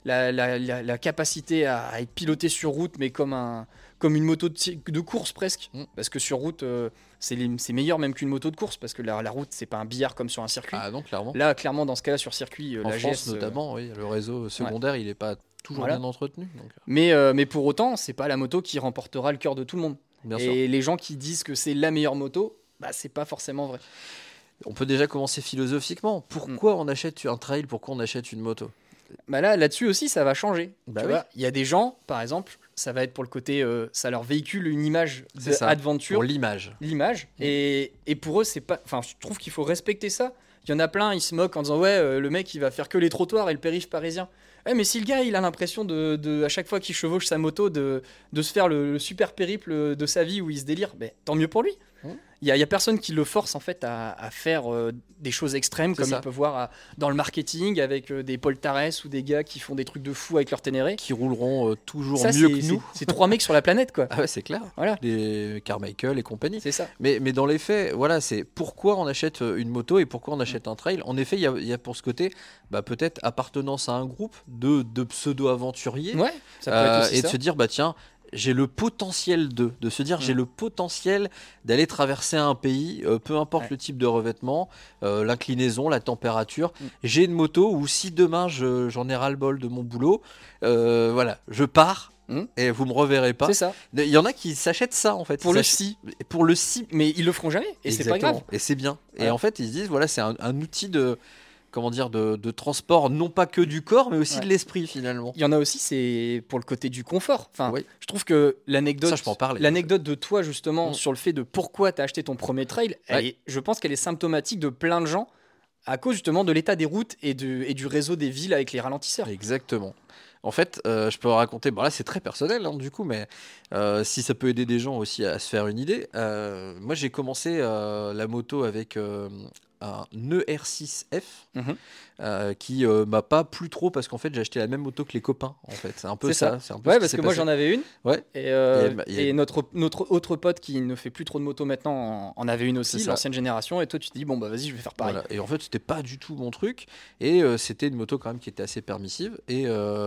la capacité à être piloté sur route, mais comme une moto de course presque. Parce que sur route, c'est meilleur même qu'une moto de course, parce que la route, c'est pas un billard comme sur un circuit. Ah non, clairement. Là, clairement, dans ce cas-là, sur circuit, En la France GS... notamment, oui, le réseau secondaire, il est pas toujours Voilà. bien entretenu. Donc. Mais pour autant, c'est pas la moto qui remportera le cœur de tout le monde. Bien et sûr. les gens qui disent que c'est la meilleure moto, bah c'est pas forcément vrai. On peut déjà commencer philosophiquement. Pourquoi on achète un trail? Pourquoi on achète une moto? Bah là-dessus aussi, ça va changer. Bah Tu oui. vois, il y a des gens, par exemple, ça va être pour le côté, ça leur véhicule une image C'est ça, d'adventure, pour l'image. l'image. Et pour eux, c'est pas. Enfin, je trouve qu'il faut respecter ça. Il y en a plein, ils se moquent en disant ouais, le mec il va faire que les trottoirs et le périph' parisien. Ouais, mais si le gars il a l'impression à chaque fois qu'il chevauche sa moto de se faire le super périple de sa vie où il se délire, ben, tant mieux pour lui. Il y a personne qui le force en fait à faire des choses extrêmes comme ça. il peut voir dans le marketing avec des Paul Tarès ou des gars qui font des trucs de fou avec leur Ténéré. Qui rouleront toujours Ça, mieux c'est- que nous. C'est 3 mecs sur la planète quoi. Ah ouais, c'est clair. Voilà, Les Carmichael et compagnie. c'est ça. Mais dans les faits, voilà, c'est pourquoi on achète une moto et pourquoi on achète un trail. En effet, il y a pour ce côté, peut-être appartenance à un groupe de pseudo-aventuriers. Ouais, ça peut être aussi Et de ça. se dire, bah tiens, j'ai le potentiel de se dire, j'ai le potentiel d'aller traverser un pays, peu importe le type de revêtement, l'inclinaison, la température. J'ai une moto où si demain j'en ai ras-le-bol de mon boulot, voilà, je pars et vous me reverrez pas. C'est ça. Il y en a qui s'achètent ça en fait. Pour le si. Pour le si. Mais ils le feront jamais et c'est pas grave. Et c'est bien. Ouais. Et en fait, ils se disent voilà, c'est un outil de transport, non pas que du corps, mais aussi de l'esprit finalement. Il y en a aussi, c'est pour le côté du confort. Enfin, je trouve que Ça, je peux en parler. l'anecdote de toi justement sur le fait de pourquoi tu as acheté ton premier trail, je pense qu'elle est symptomatique de plein de gens à cause justement de l'état des routes et du réseau des villes avec les ralentisseurs. Exactement. En fait, je peux raconter, bon là c'est très personnel du coup, mais si ça peut aider des gens aussi à se faire une idée, moi j'ai commencé la moto avec un ER6F qui m'a pas plu trop parce qu'en fait j'ai acheté la même moto que les copains en fait. C'est un peu ça. C'est un peu parce que moi j'en avais une. Ouais. Et notre autre pote qui ne fait plus trop de moto maintenant en avait une aussi, l'ancienne génération. Et toi tu te dis bon bah vas-y je vais faire pareil. Voilà. Et en fait c'était pas du tout mon truc. Et c'était une moto quand même qui était assez permissive et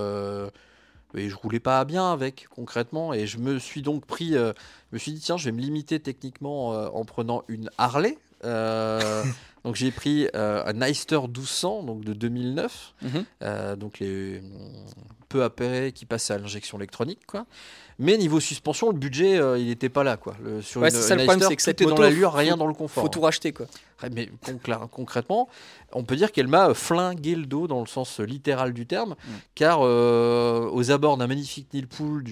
je roulais pas bien avec concrètement et je me suis donc je me suis dit tiens je vais me limiter techniquement en prenant une Harley. Donc j'ai pris un Eyster 1200 donc de 2009 donc peu après qui passe à l'injection électronique quoi. Mais niveau suspension le budget il était pas là quoi. C'est ça le problème, c'est que cette moto, moto dans l'allure, rien dans le confort. Faut tout racheter quoi. Mais concrètement, on peut dire qu'elle m'a flingué le dos dans le sens littéral du terme, car aux abords d'un magnifique nid de poule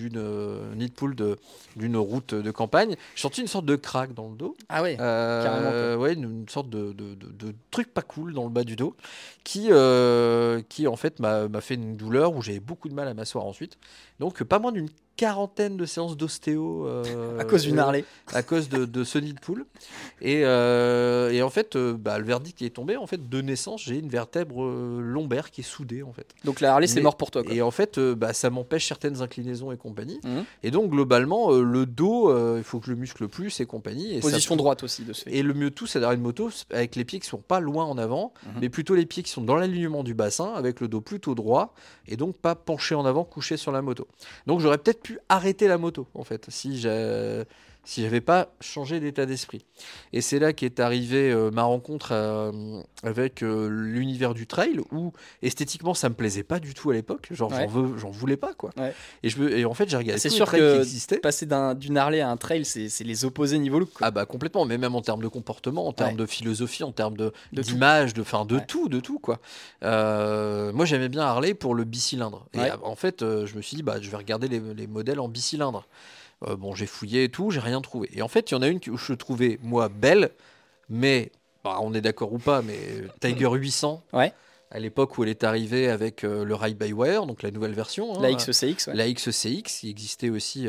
d'une route de campagne, j'ai senti une sorte de craque dans le dos. Ah ouais, carrément. Ouais, une sorte de truc pas cool dans le bas du dos, qui en fait m'a fait une douleur où j'avais beaucoup de mal à m'asseoir ensuite. Donc pas moins d'une quarantaine de séances d'ostéo à cause d'une Harley, à cause de ce nid de poule. Et en fait, le verdict est tombé. En fait, de naissance, j'ai une vertèbre lombaire qui est soudée en fait. Donc la Harley, c'est mort pour toi quoi. Et en fait, ça m'empêche certaines inclinaisons et compagnie. Et donc globalement, le dos, il faut que je le muscle plus et compagnie. Et position droite aussi de ce fait. Et le mieux de tout, c'est d'avoir une moto avec les pieds qui sont pas loin en avant, mais plutôt les pieds qui sont dans l'alignement du bassin, avec le dos plutôt droit, et donc pas penché en avant, couché sur la moto. Donc j'aurais peut-être pu arrêter la moto en fait si j'avais pas changé d'état d'esprit. Et c'est là qu'est arrivée ma rencontre avec l'univers du trail où esthétiquement ça me plaisait pas du tout à l'époque, j'en voulais pas quoi. Et en fait j'ai regardé tous les trails qui existaient. Passer d'une Harley à un trail, c'est les opposés niveau look quoi. Ah bah complètement, mais même en termes de comportement, en termes de philosophie, en termes d'image, de tout quoi. Moi j'aimais bien Harley pour le bicylindre. Et en fait je me suis dit je vais regarder les modèles en bicylindre. J'ai fouillé et tout, j'ai rien trouvé. Et en fait, il y en a une que je trouvais, moi, belle, mais, on est d'accord ou pas, mais Tiger 800, à l'époque où elle est arrivée avec le Ride-by-Wire, donc la nouvelle version. La XCX, La XCX, il existait aussi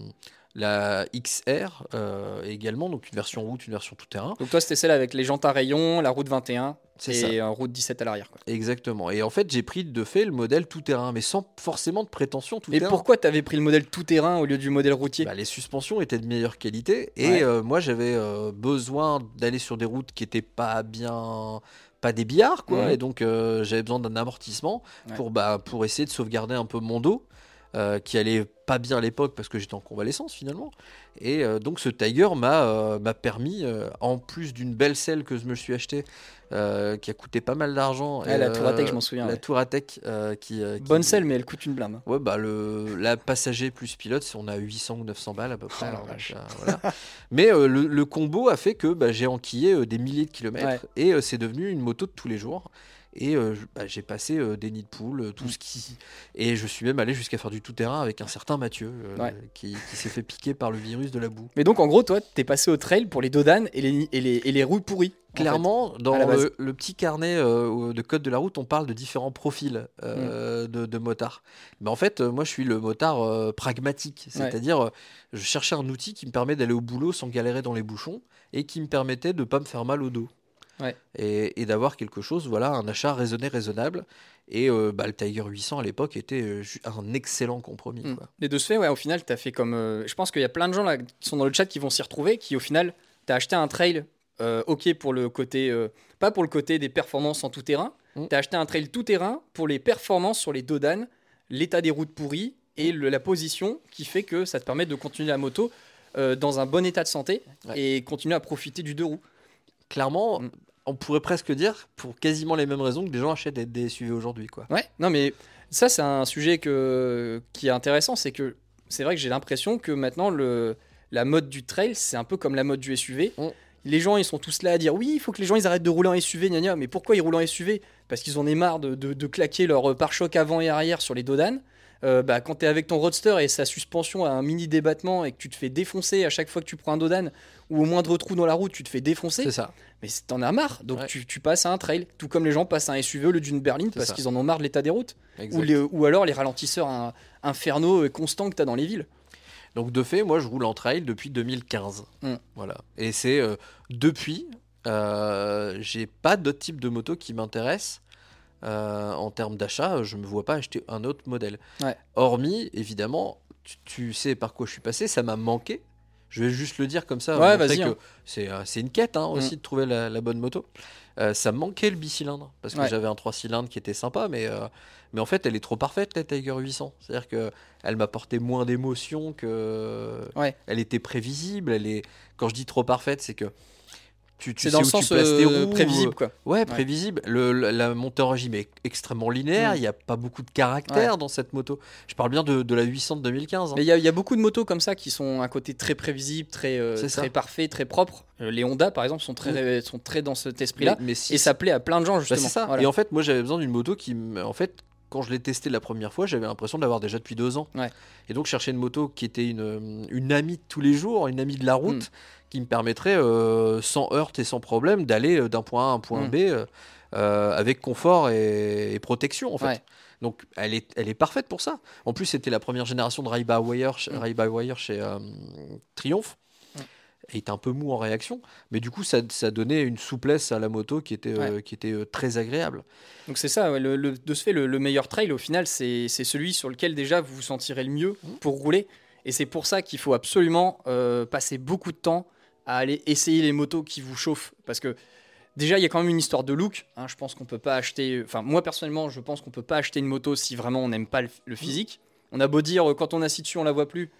la XR également, donc une version route, une version tout-terrain. Donc toi, c'était celle avec les jantes à rayons, la route 21 et ça. route 17 à l'arrière. Quoi. Exactement. Et en fait, j'ai pris de fait le modèle tout-terrain, mais sans forcément de prétention tout-terrain. Et pourquoi tu avais pris le modèle tout-terrain au lieu du modèle routier ? Les suspensions étaient de meilleure qualité et moi, j'avais besoin d'aller sur des routes qui n'étaient pas des billards, quoi. Et donc, j'avais besoin d'un amortissement pour essayer de sauvegarder un peu mon dos. Qui allait pas bien à l'époque parce que j'étais en convalescence finalement et donc ce Tiger m'a permis en plus d'une belle selle que je me suis acheté qui a coûté pas mal d'argent la Touratech je m'en souviens la Touratech qui bonne selle mais elle coûte une blinde la passager plus pilote on a 800 ou 900 balles à peu près voilà. Mais le combo a fait que j'ai enquillé des milliers de kilomètres et c'est devenu une moto de tous les jours. Et j'ai passé des nids de poules, tout ce qui... Et je suis même allé jusqu'à faire du tout-terrain avec un certain Mathieu, qui s'est fait piquer par le virus de la boue. Mais donc en gros, toi, t'es passé au trail pour les dodanes et les roues pourries. Clairement, dans le petit carnet de code de la route, on parle de différents profils de motards. Mais en fait, moi, je suis le motard pragmatique. C'est-à-dire, je cherchais un outil qui me permet d'aller au boulot sans galérer dans les bouchons et qui me permettait de ne pas me faire mal au dos. Et d'avoir quelque chose, un achat raisonnable. Et le Tiger 800 à l'époque était un excellent compromis. Quoi. Et de ce fait, au final, tu as fait comme. Je pense qu'il y a plein de gens là, qui sont dans le chat qui vont s'y retrouver, qui au final, tu as acheté un trail, ok pour le côté. Pas pour le côté des performances en tout terrain, tu as acheté un trail tout terrain pour les performances sur les dodanes, l'état des routes pourries et la position qui fait que ça te permet de continuer la moto dans un bon état de santé et continuer à profiter du deux roues. Clairement, on pourrait presque dire pour quasiment les mêmes raisons que des gens achètent des SUV aujourd'hui, quoi. Ouais, non mais ça c'est un sujet qui est intéressant, c'est que c'est vrai que j'ai l'impression que maintenant, la mode du trail, c'est un peu comme la mode du SUV. Les gens, ils sont tous là à dire oui, il faut que les gens ils arrêtent de rouler en SUV, gna gna. Mais pourquoi ils roulent en SUV? Parce qu'ils en ont marre de claquer leur pare-choc avant et arrière sur les dodanes. Quand t'es avec ton roadster et sa suspension a un mini débattement et que tu te fais défoncer à chaque fois que tu prends un dodane ou au moindre trou dans la route, tu te fais défoncer. C'est ça. Mais t'en as marre, donc Ouais. tu passes à un trail. Tout comme les gens passent à un SUV au lieu d'une berline C'est parce ça. qu'ils en ont marre de l'état des routes. Exact. Ou alors les ralentisseurs infernaux constants que t'as dans les villes. Donc de fait, moi je roule en trail depuis 2015. Mm. Voilà. Et c'est depuis, j'ai pas d'autre type de moto qui m'intéresse. En termes d'achat, je me vois pas acheter un autre modèle. Ouais. Hormis, évidemment, tu sais par quoi je suis passé, ça m'a manqué. Je vais juste le dire comme ça, Ouais, montrer vas-y, que hein. c'est une quête aussi de trouver la bonne moto. Ça me manquait le bicylindre parce que Ouais. j'avais un 3 cylindres qui était sympa, mais en fait elle est trop parfaite la Tiger 800. C'est-à-dire que elle m'apportait moins d'émotion que Ouais. elle était prévisible. Quand je dis trop parfaite, c'est que tu C'est sais dans le où sens tu places tes roues, prévisible, quoi. Ouais, prévisible. La montée en régime est extrêmement linéaire. Il n'y a pas beaucoup de caractère dans cette moto. Je parle bien de la 800 de 2015. Mais il y a beaucoup de motos comme ça qui sont un côté très prévisible, C'est ça. très parfait, très propre. Les Honda, par exemple, sont très dans cet esprit-là. Mais si Et ça plaît à plein de gens, bah, justement. c'est ça. Voilà. Et en fait, moi, j'avais besoin d'une moto en fait, quand je l'ai testée la première fois, j'avais l'impression de l'avoir déjà depuis 2 ans. Ouais. Et donc, je cherchais une moto qui était une amie de tous les jours, une amie de la route, qui me permettrait, sans heurts et sans problème, d'aller d'un point A à un point B avec confort et protection, en fait. Ouais. Donc, elle est parfaite pour ça. En plus, c'était la première génération de Ride-by-Wire chez Triumph. Et il était un peu mou en réaction, mais du coup ça donnait une souplesse à la moto qui était très agréable. Donc c'est ça, ouais, de ce fait, le meilleur trail, au final, c'est celui sur lequel déjà vous vous sentirez le mieux pour rouler. Et c'est pour ça qu'il faut absolument passer beaucoup de temps à aller essayer les motos qui vous chauffent. Parce que déjà, il y a quand même une histoire de look. Hein, je pense qu'on peut pas acheter... Enfin, moi, personnellement, je pense qu'on peut pas acheter une moto si vraiment on n'aime pas le physique. On a beau dire, quand on est assis dessus, on la voit plus.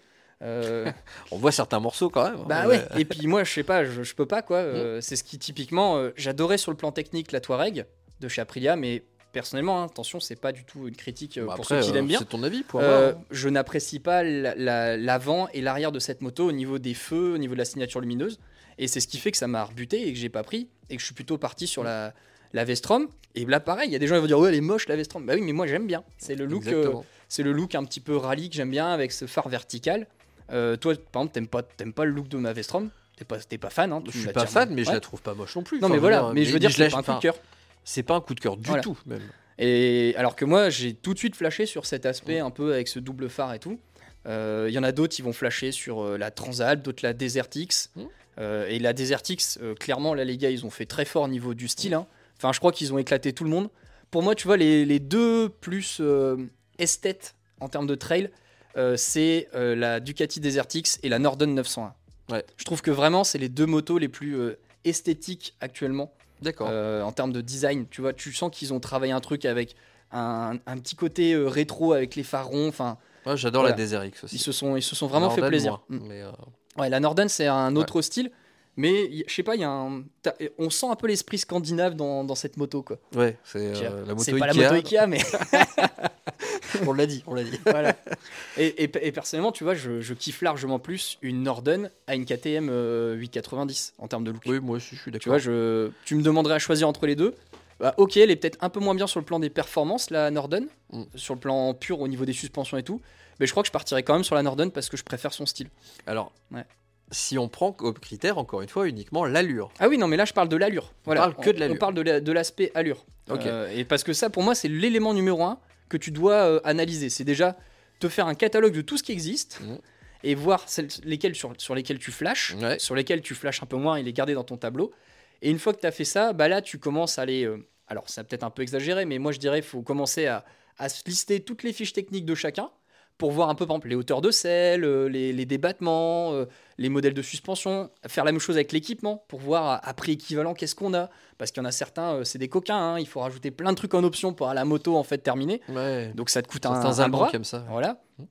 On voit certains morceaux quand même. Bah ouais, et puis moi, je sais pas, je peux pas, quoi. C'est ce qui, typiquement, j'adorais sur le plan technique la Touareg de chez Aprilia, mais personnellement, hein, attention, c'est pas du tout une critique pour après, ceux qui l'aiment bien. c'est ton avis, pour moi. Je n'apprécie pas l'avant et l'arrière de cette moto au niveau des feux, au niveau de la signature lumineuse. Et c'est ce qui fait que ça m'a rebuté et que j'ai pas pris. Et que je suis plutôt parti sur la Vestrom. Et là, pareil, il y a des gens qui vont dire ouais, elle est moche la Vestrom. Bah oui, mais moi j'aime bien. C'est le look un petit peu rallye que j'aime bien avec ce phare vertical. Toi, par exemple, t'aimes pas le look de ma Vestrom. T'es pas fan. Hein, Je suis pas fan, mais je la trouve pas moche non plus. Non, mais voilà, mais je veux dire, c'est pas un coup de cœur. C'est pas un coup de cœur du tout, même. Et alors que moi, j'ai tout de suite flashé sur cet aspect un peu avec ce double phare et tout. Il y en a d'autres qui vont flasher sur la Transalp, d'autres la Desert X. Et la Desert X, clairement, là, les gars, ils ont fait très fort au niveau du style. Hein. Enfin, je crois qu'ils ont éclaté tout le monde. Pour moi, tu vois, les deux plus esthètes en termes de trail, c'est la Ducati Desert X et la Norden 901. Ouais. Je trouve que vraiment, c'est les deux motos les plus esthétiques actuellement. D'accord. En termes de design, tu vois, tu sens qu'ils ont travaillé un truc avec un petit côté rétro avec les phares ronds. Enfin, moi, j'adore voilà. la Desert X aussi. Ils se sont vraiment Norden, fait plaisir. Mais Ouais, la Norden, c'est un autre style, mais je sais pas, on sent un peu l'esprit scandinave dans cette moto, quoi. Ouais, c'est la moto c'est Ikea. pas la moto Ikea, mais on l'a dit. voilà. Et personnellement, tu vois, je kiffe largement plus une Norden à une KTM 890 en termes de look. Oui, moi aussi, je suis Tu d'accord. vois, tu me demanderais à choisir entre les deux. Bah, ok, elle est peut-être un peu moins bien sur le plan des performances, la Norden, sur le plan pur au niveau des suspensions et tout. Mais je crois que je partirais quand même sur la Norden parce que je préfère son style. Alors, si on prend comme critère, encore une fois, uniquement l'allure. Ah oui, non, mais là, je parle de l'allure. Voilà. On parle que de l'allure. On parle de l'aspect allure. Ok. Et parce que ça, pour moi, c'est l'élément numéro 1 que tu dois analyser. C'est déjà te faire un catalogue de tout ce qui existe et voir sur lesquels tu flashes, sur lesquels tu flashes un peu moins et les garder dans ton tableau. Et une fois que tu as fait ça, bah là, tu commences à aller... alors, c'est peut-être un peu exagéré, mais moi, je dirais qu'il faut commencer à se lister toutes les fiches techniques de chacun pour voir un peu, par exemple, les hauteurs de selle, les débattements, les modèles de suspension, faire la même chose avec l'équipement pour voir à prix équivalent qu'est-ce qu'on a. Parce qu'il y en a certains, c'est des coquins, hein, il faut rajouter plein de trucs en option pour à la moto en fait terminer. Ouais. Donc ça te coûte Certains un Allemands bras. comme ça. Voilà.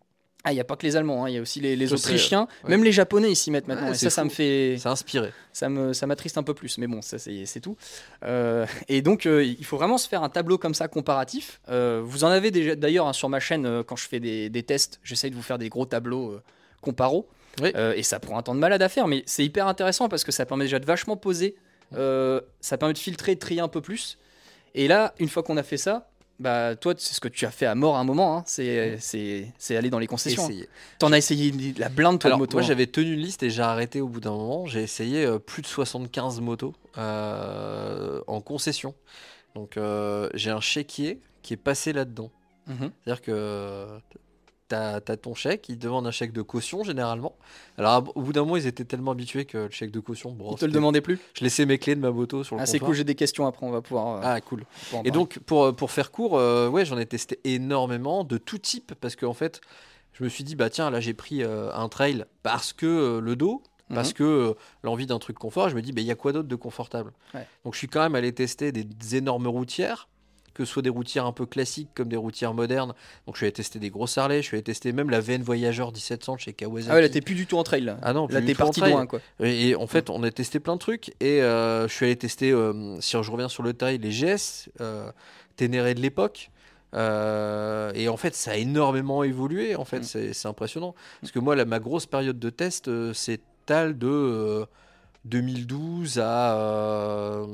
Ah, il n'y a pas que les Allemands, il y a aussi les Ça, Autrichiens, ouais. même les Japonais ils s'y mettent maintenant. Ouais, Et c'est ça me fou. fait, Ça a inspiré. ça m'attriste un peu plus. Mais bon, ça c'est tout. Et donc il faut vraiment se faire un tableau comme ça comparatif. Vous en avez déjà d'ailleurs sur ma chaîne quand je fais des tests, j'essaye de vous faire des gros tableaux comparo. Oui. Et ça prend un temps de malade à faire, mais c'est hyper intéressant parce que ça permet déjà de vachement poser. Ça permet de filtrer, de trier un peu plus. Et là, une fois qu'on a fait ça, bah toi, c'est ce que tu as fait à mort à un moment, hein. C'est aller dans les concessions. Essayer. T'en as essayé la blinde, toi, Alors, de moto. moi, hein. j'avais tenu une liste et j'ai arrêté au bout d'un moment. J'ai essayé plus de 75 motos en concession. Donc, j'ai un chéquier qui est passé là-dedans. Mhm. C'est-à-dire que t'as ton chèque, ils te demandent un chèque de caution généralement. Alors, au bout d'un moment, ils étaient tellement habitués que le chèque de caution, bon, Ils te le demandaient plus. je laissais mes clés de ma moto sur le Ah, c'est comptoir. cool, j'ai des questions après, on va pouvoir. Ah, cool. pouvoir en Et parler. donc, pour faire court, ouais, j'en ai testé énormément de tout type parce qu'en fait, je me suis dit, bah tiens, là, j'ai pris un trail parce que le dos, parce Mhm. que l'envie d'un truc confort. Je me dis, bah, il y a quoi d'autre de confortable? Ouais. Donc, je suis quand même allé tester des énormes routières, que ce soit des routières un peu classiques comme des routières modernes. Donc, je suis allé tester des grosses Harley, je suis allé tester même la VN Voyageur 1700 chez Kawasaki. Ah ouais, là, t'es plus du tout en trail. Là, Ah non, là plus t'es du tout en parti trail. loin, quoi. Et en fait, on a testé plein de trucs. Et je suis allé tester, si je reviens sur le trail, les GS, Ténéré de l'époque. Et en fait, ça a énormément évolué. En fait, c'est impressionnant. Parce que moi, ma grosse période de test, s'étale de 2012 à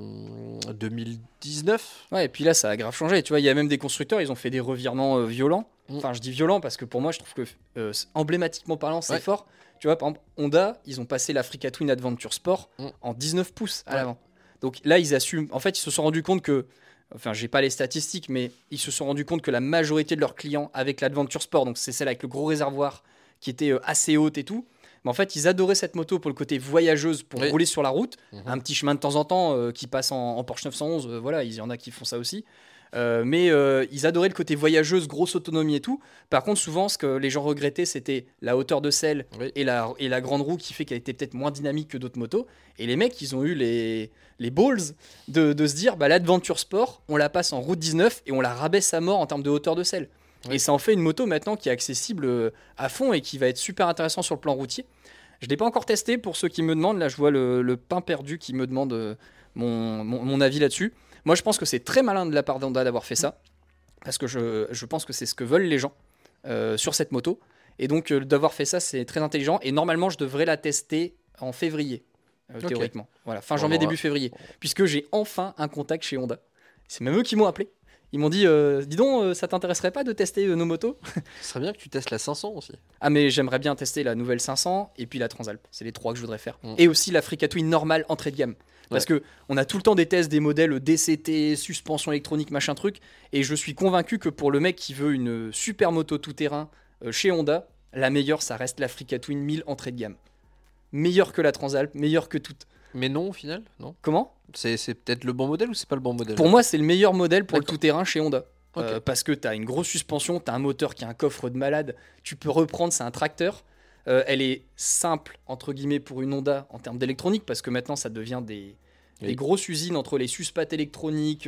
2019. Ouais, et puis là, ça a grave changé. Tu vois, il y a même des constructeurs, ils ont fait des revirements violents. Mm. Enfin, je dis violents parce que pour moi, je trouve que emblématiquement parlant, c'est Ouais. fort. Tu vois, par exemple, Honda, ils ont passé l'Africa Twin Adventure Sport Mm. en 19 pouces à Ouais. l'avant. Donc là, ils assument. En fait, ils se sont rendus compte que. Enfin, j'ai pas les statistiques, mais ils se sont rendus compte que la majorité de leurs clients avec l'Adventure Sport, donc c'est celle avec le gros réservoir qui était assez haute et tout, mais en fait, ils adoraient cette moto pour le côté voyageuse, pour Oui. rouler sur la route. Mhm. Un petit chemin de temps en temps qui passe en Porsche 911, voilà, il y en a qui font ça aussi. Mais ils adoraient le côté voyageuse, grosse autonomie et tout. Par contre, souvent, ce que les gens regrettaient, c'était la hauteur de selle Oui. et la grande roue qui fait qu'elle était peut-être moins dynamique que d'autres motos. Et les mecs, ils ont eu les balls de se dire, bah, l'Adventure Sport, on la passe en route 19 et on la rabaisse à mort en termes de hauteur de selle. Oui. Et ça en fait une moto maintenant qui est accessible à fond et qui va être super intéressant sur le plan routier. Je ne l'ai pas encore testé pour ceux qui me demandent. Là, je vois le pain perdu qui me demande mon avis là-dessus. Moi, je pense que c'est très malin de la part d'Honda d'avoir fait ça. Parce que je pense que c'est ce que veulent les gens sur cette moto. Et donc, d'avoir fait ça, c'est très intelligent. Et normalement, je devrais la tester en février, Ok. théoriquement. Voilà, fin Bon, janvier, bah, début février. Puisque j'ai enfin un contact chez Honda. C'est même eux qui m'ont appelé. Ils m'ont dit, dis donc, ça t'intéresserait pas de tester nos motos? Ce serait bien que tu testes la 500 aussi. Ah, mais j'aimerais bien tester la nouvelle 500 et puis la Transalp. C'est les trois que je voudrais faire. Mm. Et aussi l'Africa Twin normale entrée de gamme. Parce que on a tout le temps des tests des modèles DCT, suspension électronique, machin truc. Et je suis convaincu que pour le mec qui veut une super moto tout-terrain chez Honda, la meilleure, ça reste l'Africa Twin 1000 entrée de gamme. Meilleure que la Transalp, meilleure que toutes. Mais non, au final, non. Comment? C'est peut-être le bon modèle ou c'est pas le bon modèle? Pour moi, c'est le meilleur modèle pour le D'accord. tout-terrain chez Honda. Ok. Parce que tu as une grosse suspension, tu as un moteur qui a un coffre de malade, tu peux reprendre, c'est un tracteur. Elle est simple, entre guillemets, pour une Honda en termes d'électronique, parce que maintenant, ça devient des Oui. grosses usines entre les suspattes électroniques,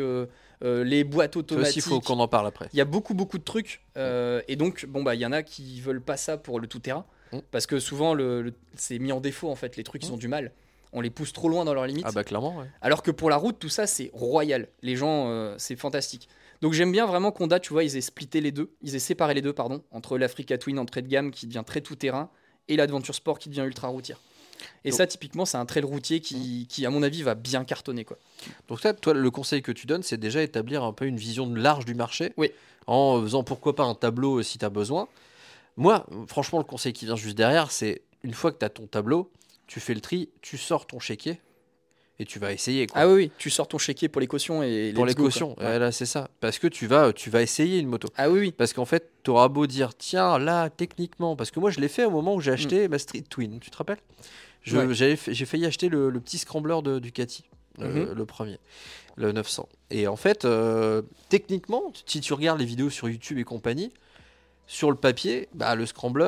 les boîtes Ça aussi, automatiques. il faut qu'on en parle après. Il y a beaucoup de trucs. Et donc, bon, bah, il y en a qui veulent pas ça pour le tout-terrain. Mm. Parce que souvent, c'est mis en défaut, en fait. Les trucs, ils ont du mal. On les pousse trop loin dans leurs limites. Ah bah clairement, ouais. Alors que pour la route, tout ça, c'est royal. Les gens, c'est fantastique. Donc j'aime bien vraiment qu'Honda, tu vois, ils aient splitté les deux. Ils aient séparé les deux, pardon, entre l'Africa Twin entrée de gamme qui devient très tout-terrain et l'Adventure Sport qui devient ultra routière. Et Donc- ça, typiquement, c'est un trail routier qui, à mon avis, va bien cartonner, quoi. Donc ça, toi, le conseil que tu donnes, c'est déjà établir un peu une vision large du marché. Oui. En faisant pourquoi pas un tableau si tu as besoin. Moi, franchement, le conseil qui vient juste derrière, c'est une fois que tu as ton tableau, tu fais le tri, tu sors ton chéquier et tu vas essayer, quoi. Ah oui, tu sors ton chéquier pour les cautions et Pour let's les go, quoi. cautions, Ouais. ouais, là c'est ça. Parce que tu vas essayer une moto. Ah oui. Parce qu'en fait, tu auras beau dire, tiens, là, techniquement, parce que moi je l'ai fait au moment où j'ai acheté ma Street Twin, tu te rappelles? Ouais. J'ai failli acheter le petit scrambler de Ducati, le premier, le 900. Et en fait, techniquement, si tu regardes les vidéos sur YouTube et compagnie, sur le papier, bah, le scrambler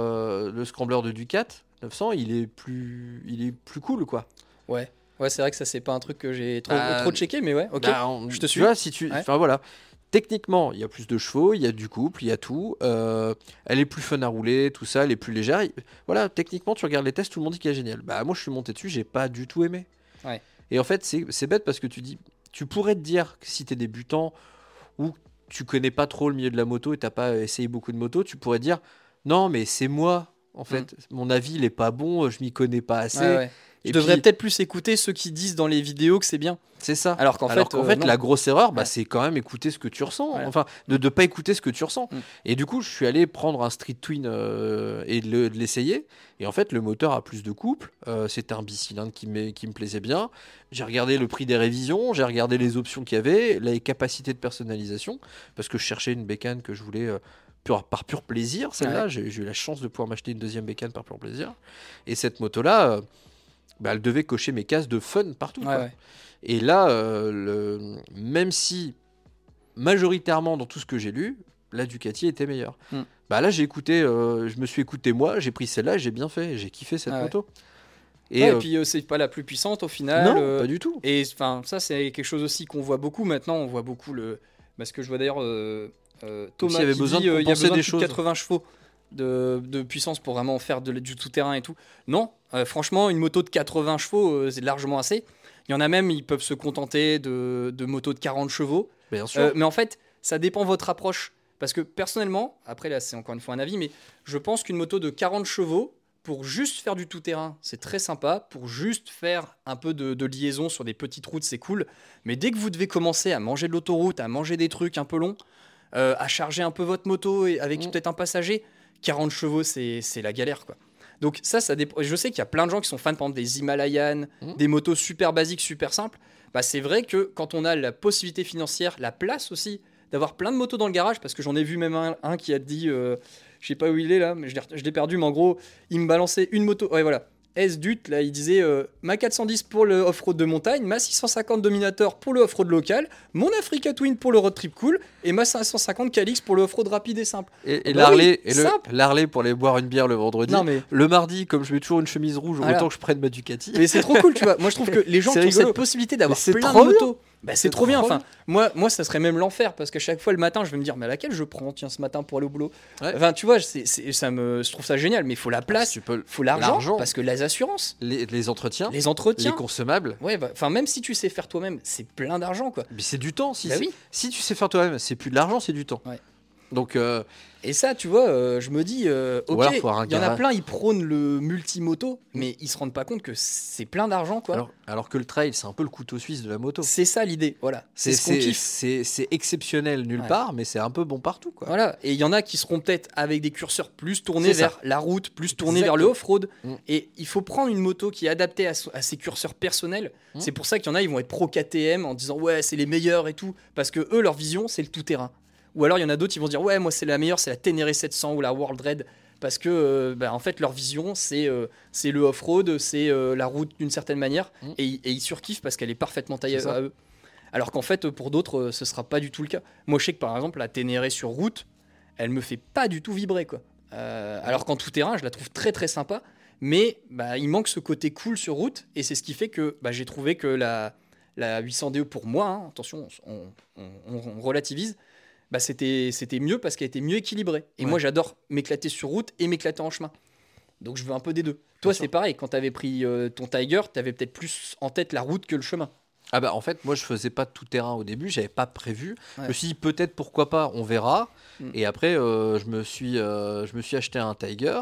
de Ducat 900, il est plus cool, quoi. Ouais, c'est vrai que ça, c'est pas un truc que j'ai trop Bah, checké, mais ouais, ok. Bah, je te tu suis. vois, si tu, Ouais. enfin voilà, Techniquement, il y a plus de chevaux, il y a du couple, il y a tout. Elle est plus fun à rouler, tout ça, elle est plus légère. Voilà, techniquement, tu regardes les tests, tout le monde dit qu'elle est géniale. Bah, moi, je suis monté dessus, j'ai pas du tout aimé. Ouais. Et en fait, c'est bête parce que tu pourrais te dire que si t'es débutant ou tu connais pas trop le milieu de la moto et t'as pas essayé beaucoup de moto, tu pourrais dire non, mais c'est moi. En fait, mon avis, il est pas bon, je m'y connais pas assez. Ouais. Et Tu devrais puis, peut-être plus écouter ceux qui disent dans les vidéos que c'est bien. c'est ça. Alors qu'en fait, non. la grosse erreur, Ouais. c'est quand même écouter ce que tu ressens. Voilà. Enfin, de ne pas écouter ce que tu ressens. Mm. Et du coup, je suis allé prendre un Street Twin et de l'essayer. Et en fait, le moteur a plus de couple. C'était un bicylindre qui me plaisait bien. J'ai regardé le prix des révisions, j'ai regardé les options qu'il y avait, les capacités de personnalisation, parce que je cherchais une bécane que je voulais par pur plaisir. Celle-là, Ouais. j'ai eu la chance de pouvoir m'acheter une deuxième bécane par pur plaisir. Et cette moto-là, elle devait cocher mes cases de fun partout. Quoi. Ouais. Et là, même si majoritairement dans tout ce que j'ai lu, la Ducati était meilleure. Là, j'ai écouté, je me suis écouté moi, j'ai pris celle-là, et j'ai bien fait, j'ai kiffé cette moto. Et puis c'est pas la plus puissante au final. Non, pas du tout. Et enfin, ça c'est quelque chose aussi qu'on voit beaucoup maintenant. On voit beaucoup parce que je vois d'ailleurs Thomas il y avait qui besoin dit de il y a compenser besoin des de plus de choses. 80 chevaux de puissance pour vraiment faire du tout-terrain et tout. Non, franchement, une moto de 80 chevaux, c'est largement assez. Il y en a même, ils peuvent se contenter de motos de 40 chevaux. Bien sûr. Mais en fait, ça dépend de votre approche. Parce que personnellement, après là c'est encore une fois un avis, mais je pense qu'une moto de 40 chevaux, pour juste faire du tout-terrain, c'est très sympa. Pour juste faire un peu de liaison sur des petites routes, c'est cool. Mais dès que vous devez commencer à manger de l'autoroute, à manger des trucs un peu longs, à charger un peu votre moto et avec peut-être un passager, 40 chevaux, c'est la galère, quoi. Donc ça dépend. Je sais qu'il y a plein de gens qui sont fans, par exemple, des Himalayan, des motos super basiques, super simples. Bah, c'est vrai que quand on a la possibilité financière, la place aussi, d'avoir plein de motos dans le garage, parce que j'en ai vu même un qui a dit, je sais pas où il est là, mais je l'ai perdu, mais en gros, il me balançait une moto. Ouais, voilà. S-Dut, là, il disait ma 410 pour le off-road de montagne, ma 650 Dominator pour le off-road local, mon Africa Twin pour le road trip cool, et ma 550 Calix pour le off-road rapide et simple. Et Bah l'Harley, oui, simple. l'Harley pour aller boire une bière le vendredi. Non, mais- Le mardi, comme je mets toujours une chemise rouge, Voilà. autant que je prenne ma Ducati. Mais c'est trop cool, tu vois. Moi, je trouve que les gens C'est qui ont rigolo. cette possibilité d'avoir Mais c'est plein de trop bien. motos, bah, c'est C'est trop bien. trop Enfin, moi, ça serait même l'enfer parce qu'à chaque fois le matin, je vais me dire, mais à laquelle je prends, tiens, ce matin pour aller au boulot. Ouais. Enfin, tu vois, je trouve ça génial, mais il faut la place, Tu peux- faut l'argent, l'argent. parce que les assurances, les entretiens, les entretiens. les consommables. Ouais, enfin, même si tu sais faire toi-même, c'est plein d'argent, quoi. Mais c'est du temps. Bah oui. Si tu sais faire toi-même, c'est plus de l'argent, c'est du temps. Ouais. Donc, Et ça, tu vois, je me dis, ok, alors, faut avoir un il y en a garage. plein, ils prônent le multimoto, mais ils se rendent pas compte que c'est plein d'argent, quoi. alors que le trail, c'est un peu le couteau suisse de la moto. C'est ça l'idée, voilà. C'est ce qu'on kiffe. C'est exceptionnel nulle part, mais c'est un peu bon partout, quoi. Voilà, et il y en a qui seront peut-être avec des curseurs plus tournés C'est ça. vers la route, plus tournés vers le off-road. Et il faut prendre une moto qui est adaptée à ses curseurs personnels. C'est pour ça qu'il y en a, ils vont être pro KTM en disant ouais, c'est les meilleurs et tout. Parce que eux, leur vision, c'est le tout-terrain. Ou alors il y en a d'autres qui vont dire ouais, moi, c'est la meilleure, c'est la Ténéré 700 ou la World Red. Parce que en fait, leur vision, c'est le off-road, c'est la route d'une certaine manière. Et ils surkiffent parce qu'elle est parfaitement taillée à eux. Alors qu'en fait, pour d'autres, ce sera pas du tout le cas. Moi, je sais que par exemple, la Ténéré sur route, elle me fait pas du tout vibrer, quoi. Alors qu'en tout terrain, je la trouve très très sympa. Mais il manque ce côté cool sur route. Et c'est ce qui fait que j'ai trouvé que la 800DE pour moi, hein, attention, on relativise, c'était mieux parce qu'elle était mieux équilibrée. Et moi, j'adore m'éclater sur route et m'éclater en chemin. Donc je veux un peu des deux. Toi, c'est pareil. Quand tu avais pris ton Tiger, tu avais peut-être plus en tête la route que le chemin. Ah bah en fait moi je faisais pas tout terrain au début, j'avais pas prévu. Je me suis dit peut-être pourquoi pas, on verra. Et après je me suis acheté un Tiger.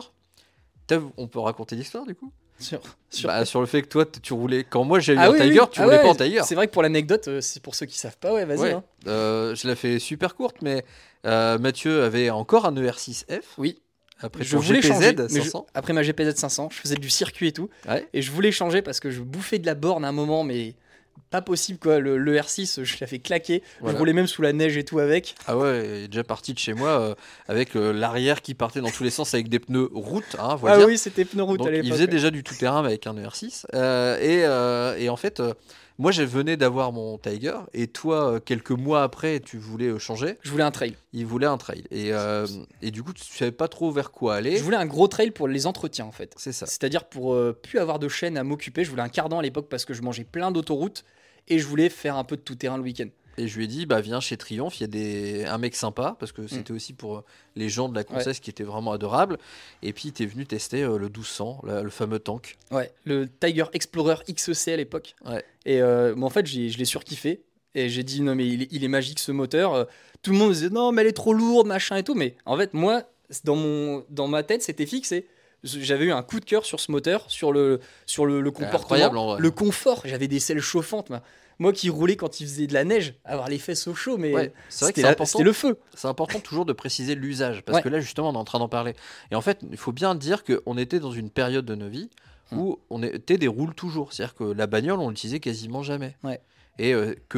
On peut raconter l'histoire du coup sur le fait que toi tu roulais quand moi j'ai eu un Tiger, tu roulais pas en Tiger. C'est vrai que pour l'anecdote, c'est pour ceux qui savent pas, vas-y. Hein. Je la fais super courte, mais Mathieu avait encore un ER6F. Oui. Après je voulais changer, 500. après ma GPZ 500, je faisais du circuit et tout, et je voulais changer parce que je bouffais de la borne à un moment, mais pas possible quoi. Le R6, je l'avais claqué. Voilà. Je roulais même sous la neige et tout avec. Ah ouais, il est déjà parti de chez moi avec l'arrière qui partait dans tous les sens avec des pneus route. Hein, ah oui, c'était pneus route à l'époque. Il faisait déjà du tout terrain avec un ER6. Et en fait, moi je venais d'avoir mon Tiger et toi, quelques mois après, tu voulais changer. Je voulais un trail. Il voulait un trail. Et du coup, tu savais pas trop vers quoi aller. Je voulais un gros trail pour les entretiens en fait. C'est ça. C'est-à-dire pour plus avoir de chaîne à m'occuper. Je voulais un cardan à l'époque parce que je mangeais plein d'autoroutes et je voulais faire un peu de tout terrain le week-end. Et je lui ai dit, bah viens chez Triomphe, il y a un mec sympa, parce que c'était aussi pour les gens de la Concesse qui étaient vraiment adorables. Et puis tu es venu tester le 1200, le fameux tank. Ouais, le Tiger Explorer XEC à l'époque. Ouais. Et en fait, je l'ai surkiffé. Et j'ai dit, non, mais il est magique ce moteur. Tout le monde me disait, non, mais elle est trop lourde, machin et tout. Mais en fait, moi, dans ma tête, c'était fixé. J'avais eu un coup de cœur sur ce moteur, sur le comportement, Incroyable, en vrai. le confort. J'avais des selles chauffantes. Moi qui roulais quand il faisait de la neige, avoir les fesses au chaud, mais c'est vrai que c'était le feu. C'est important toujours de préciser l'usage, parce que là, justement, on est en train d'en parler. Et en fait, il faut bien dire qu'on était dans une période de nos vies où on était des roule toujours. C'est-à-dire que la bagnole, on l'utilisait quasiment jamais. Ouais. Et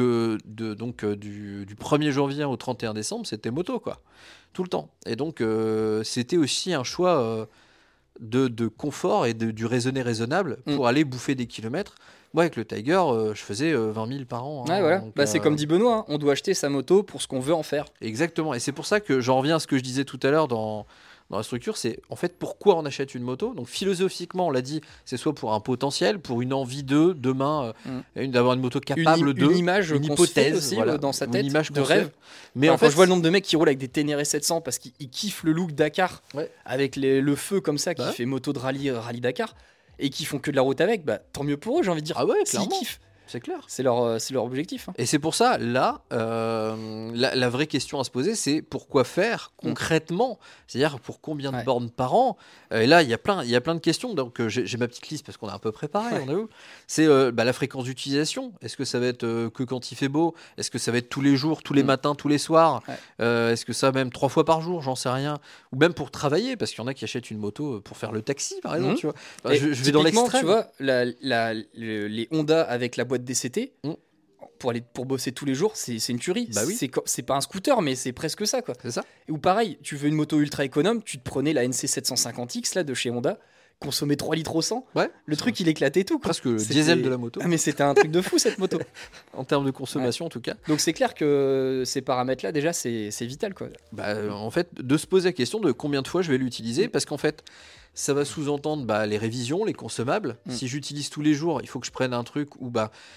du 1er janvier au 31 décembre, c'était moto, quoi. Tout le temps. Et donc, c'était aussi un choix de confort et du raisonnable pour aller bouffer des kilomètres. Moi, avec le Tiger, je faisais 20 000 par an. Ouais, voilà. Donc, c'est comme dit Benoît, hein, on doit acheter sa moto pour ce qu'on veut en faire. Exactement. Et c'est pour ça que j'en reviens à ce que je disais tout à l'heure dans la structure, c'est en fait pourquoi on achète une moto. Donc philosophiquement, on l'a dit, c'est soit pour un potentiel, pour une envie demain, d'avoir une moto capable une image, une hypothèse aussi, voilà, dans sa tête, une image de rêve. Mais enfin, en fait, quand je vois le nombre de mecs qui roulent avec des Ténéré 700 parce qu'ils kiffent le look Dakar, avec le feu comme ça, qui fait moto de rallye Dakar, et qui font que de la route avec, bah tant mieux pour eux, j'ai envie de dire. Ah ouais, s'ils kiffent. C'est clair. C'est leur objectif. Hein. Et c'est pour ça, là, la vraie question à se poser, c'est pourquoi faire concrètement ? C'est-à-dire pour combien de bornes par an ? Et là, il y a plein de questions. Donc, j'ai ma petite liste parce qu'on a un peu préparé. On a vu. C'est la fréquence d'utilisation. Est-ce que ça va être que quand il fait beau ? Est-ce que ça va être tous les jours, tous les matins, tous les soirs ? Est-ce que ça même 3 fois par jour ? J'en sais rien. Ou même pour travailler, parce qu'il y en a qui achètent une moto pour faire le taxi, par exemple. Tu vois. Enfin, je vais dans l'extrême. Tu vois, les Honda avec la boîte DCT, pour bosser tous les jours, c'est une tuerie. Bah oui. C'est pas un scooter, mais c'est presque ça, quoi. C'est ça. Ou pareil, tu veux une moto ultra économe, tu te prenais la NC 750X là de chez Honda, consommait 3 litres au 100. Le truc, il éclatait tout, quoi. Presque le diesel de la moto. Ah, mais c'était un truc de fou cette moto. En termes de consommation, en tout cas. Donc c'est clair que ces paramètres-là, déjà, c'est vital, quoi. En fait, de se poser la question de combien de fois je vais l'utiliser, parce qu'en fait, ça va sous-entendre les révisions, les consommables. Si j'utilise tous les jours, il faut que je prenne un truc où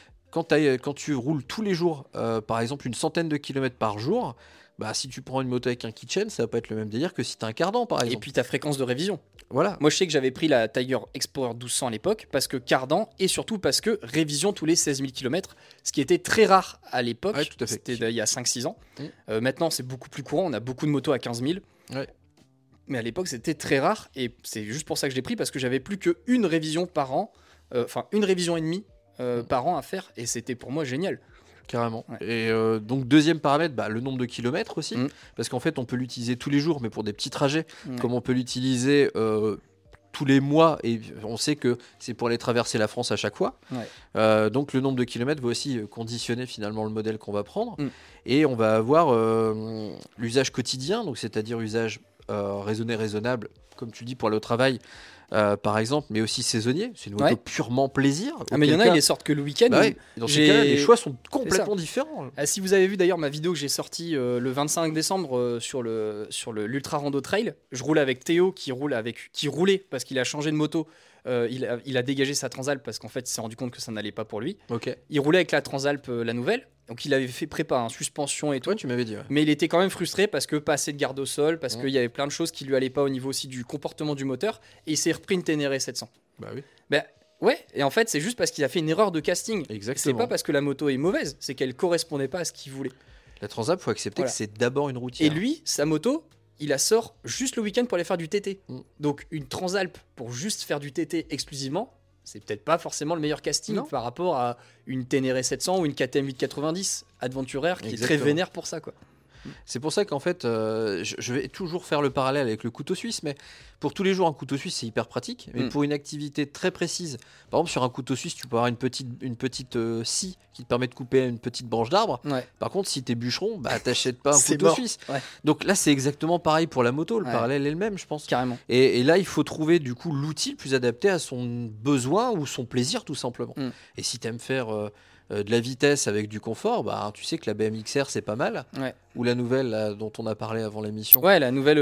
quand tu roules tous les jours, par exemple une centaine de kilomètres par jour, si tu prends une moto avec un kitchen, ça va pas être le même délire que si tu as un cardan, par exemple. Et puis ta fréquence de révision. Voilà. Moi, je sais que j'avais pris la Tiger Explorer 1200 à l'époque parce que cardan et surtout parce que révision tous les 16 000 km, ce qui était très rare à l'époque. Ouais, tout à fait. C'était il y a 5-6 ans. Maintenant, c'est beaucoup plus courant. On a beaucoup de motos à 15 000. Ouais. Mais à l'époque, c'était très rare. Et c'est juste pour ça que je l'ai pris parce que j'avais plus qu'une révision par an. Enfin, une révision et demie par an à faire. Et c'était pour moi génial. Carrément. Et donc deuxième paramètre, le nombre de kilomètres aussi, parce qu'en fait on peut l'utiliser tous les jours, mais pour des petits trajets, comme on peut l'utiliser tous les mois, et on sait que c'est pour aller traverser la France à chaque fois. Donc le nombre de kilomètres va aussi conditionner finalement le modèle qu'on va prendre, et on va avoir l'usage quotidien, donc c'est-à-dire usage raisonnable, comme tu dis, pour aller au travail. Par exemple, mais aussi saisonnier. C'est une moto purement plaisir. Mais il y en a, ils les sortent que le week-end. Dans ces cas-là, les choix sont complètement différents. Si vous avez vu d'ailleurs ma vidéo que j'ai sortie le 25 décembre sur l'Ultra Rando Trail, je roule avec Théo qui roulait parce qu'il a changé de moto. Il a dégagé sa Transalp parce qu'en fait il s'est rendu compte que ça n'allait pas pour lui. Il roulait avec la Transalp la nouvelle. Donc il avait fait prépa, suspension et tout. Ouais, tu m'avais dit. Ouais. Mais il était quand même frustré parce que pas assez de garde au sol, parce qu'il y avait plein de choses qui lui allaient pas au niveau aussi du comportement du moteur. Et il s'est repris une Ténéré 700. Bah oui. Ouais, et en fait c'est juste parce qu'il a fait une erreur de casting. Exactement. C'est pas parce que la moto est mauvaise, c'est qu'elle correspondait pas à ce qu'il voulait. La Transalp, faut accepter que c'est d'abord une routière. Et lui, sa moto, il la sort juste le week-end pour aller faire du TT. Donc une Transalp pour juste faire du TT exclusivement, c'est peut-être pas forcément le meilleur casting par rapport à une Ténéré 700 ou une KTM 890 Adventurer qui est très vénère pour ça, quoi. C'est pour ça qu'en fait, je vais toujours faire le parallèle avec le couteau suisse, mais pour tous les jours, un couteau suisse, c'est hyper pratique. Mais pour une activité très précise, par exemple, sur un couteau suisse, tu peux avoir une petite scie qui te permet de couper une petite branche d'arbre. Par contre, si t'es bûcheron, t'achètes pas un couteau suisse. Donc là, c'est exactement pareil pour la moto. Le parallèle est le même, je pense. Carrément. Et là, il faut trouver du coup l'outil le plus adapté à son besoin ou son plaisir, tout simplement. Et si t'aimes faire de la vitesse avec du confort, tu sais que la BMXR c'est pas mal. ou la nouvelle là, dont on a parlé avant l'émission. Ouais, la nouvelle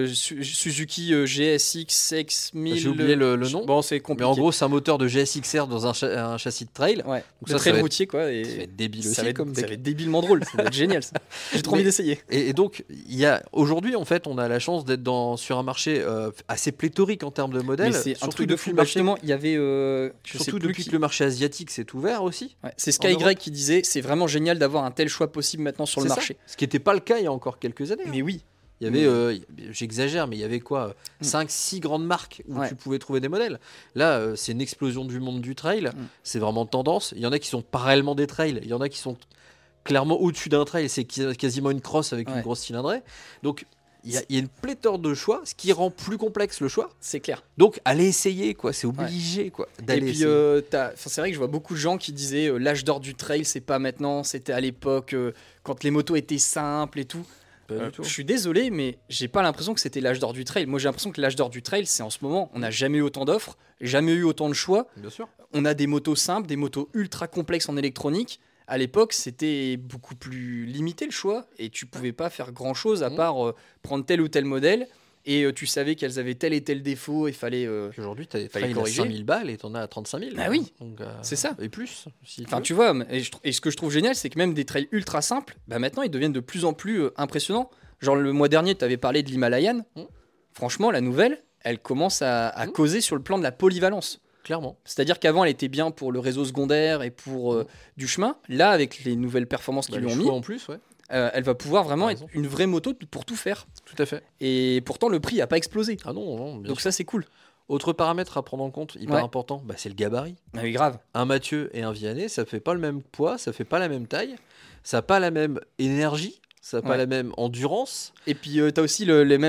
Suzuki GSX X1000. J'ai oublié le nom. Bon, c'est Mais compliqué. en gros, c'est un moteur de GSX-R dans un châssis de trail. Ouais, Donc le ça trail va être- routier, quoi. Et Ça va être débile aussi ça va être, comme ça tech. va être débilement drôle, ça va être génial ça. J'ai trop Mais- envie d'essayer. Et donc, aujourd'hui, en fait, on a la chance d'être sur un marché assez pléthorique en termes de modèles. Mais c'est un surtout truc de depuis fou. le Bah, marché- justement, il y avait. Je sais Surtout plus depuis qui- que le marché asiatique s'est ouvert aussi. Ouais, c'est en Europe. Skygreg qui disait c'est vraiment génial d'avoir un tel choix possible maintenant sur le C'est ça. marché. Ce qui n'était pas le cas il y a encore quelques années. Mais oui. Il y avait, j'exagère, mais il y avait quoi 5-6 grandes marques où Ouais. tu pouvais trouver des modèles. Là, c'est une explosion du monde du trail. C'est vraiment tendance. Il y en a qui sont pas réellement des trails. Il y en a qui sont clairement au-dessus d'un trail. C'est quasiment une crosse avec une Ouais. grosse cylindrée. Donc, il y a une pléthore de choix, ce qui rend plus complexe le choix. C'est clair. Donc, allez essayer, quoi. C'est obligé, quoi, Et d'aller puis, essayer. c'est vrai que je vois beaucoup de gens qui disaient l'âge d'or du trail, c'est pas maintenant, c'était à l'époque quand les motos étaient simples et tout. Pas du tout. Je suis désolé, mais j'ai pas l'impression que c'était l'âge d'or du trail. Moi, j'ai l'impression que l'âge d'or du trail, c'est en ce moment. On n'a jamais eu autant d'offres, jamais eu autant de choix. Bien sûr. On a des motos simples, des motos ultra complexes en électronique. À l'époque, c'était beaucoup plus limité le choix et tu pouvais pas faire grand chose à part prendre tel ou tel modèle et tu savais qu'elles avaient tel et tel défaut et fallait. Puis aujourd'hui, tu as des Fallait trails à corriger. 5000 balles et tu en as à 35 000. Ah oui. Donc, C'est ça. Et plus. Si Enfin, veux. tu vois, et ce que je trouve génial, c'est que même des trails ultra simples, bah maintenant, ils deviennent de plus en plus impressionnants. Genre, le mois dernier, tu avais parlé de l'Himalayan. Franchement, la nouvelle, elle commence à causer sur le plan de la polyvalence. Clairement. C'est-à-dire qu'avant, elle était bien pour le réseau secondaire et pour du chemin. Là, avec les nouvelles performances qu'ils Bah, lui les ont mis, choix en plus, ouais. elle va pouvoir vraiment T'as être raison. une vraie moto pour tout faire. Tout à fait. Et pourtant, le prix n'a pas explosé. Ah non, non, bien Donc sûr. ça, c'est cool. Autre paramètre à prendre en compte, hyper Ouais. important, bah, c'est le gabarit. Ah oui, grave. Un Mathieu et un Vianney, ça fait pas le même poids, ça fait pas la même taille, ça n'a pas la même énergie, ça n'a pas Ouais. la même endurance. Et puis, tu as aussi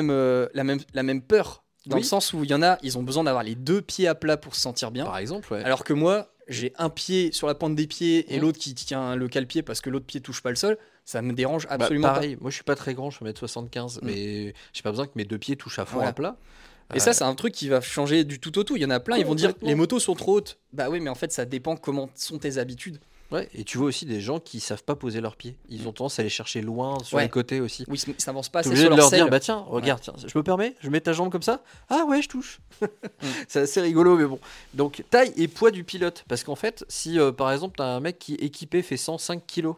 la même peur. Dans Oui. le sens où il y en a, ils ont besoin d'avoir les deux pieds à plat pour se sentir bien. Par exemple, ouais. Alors que moi, j'ai un pied sur la pointe des pieds et Mhm. l'autre qui tient le cale-pied parce que l'autre pied touche pas le sol. Ça me dérange Bah, absolument pareil, moi je suis pas très grand, je fais 1m75, Mm. mais j'ai pas besoin que mes deux pieds touchent à fond Voilà. à plat. pas. Et ça, c'est un truc qui va changer du tout au tout. Il y en a plein, ils vont dire Complètement. les motos sont trop hautes. Bah oui, mais en fait, ça dépend comment sont tes habitudes. Ouais, et tu vois aussi des gens qui savent pas poser leurs pieds. Ils ont tendance à les chercher loin sur Ouais. les côtés aussi. Oui, ça avance pas T'es assez obligé sur de leur leur dire, selle. bah tiens, regarde, tiens, je me permets, je mets ta jambe comme ça. Ah ouais, je touche. C'est assez rigolo, mais bon. Donc, taille et poids du pilote. Parce qu'en fait, si par exemple, t'as un mec qui équipé fait 105 kilos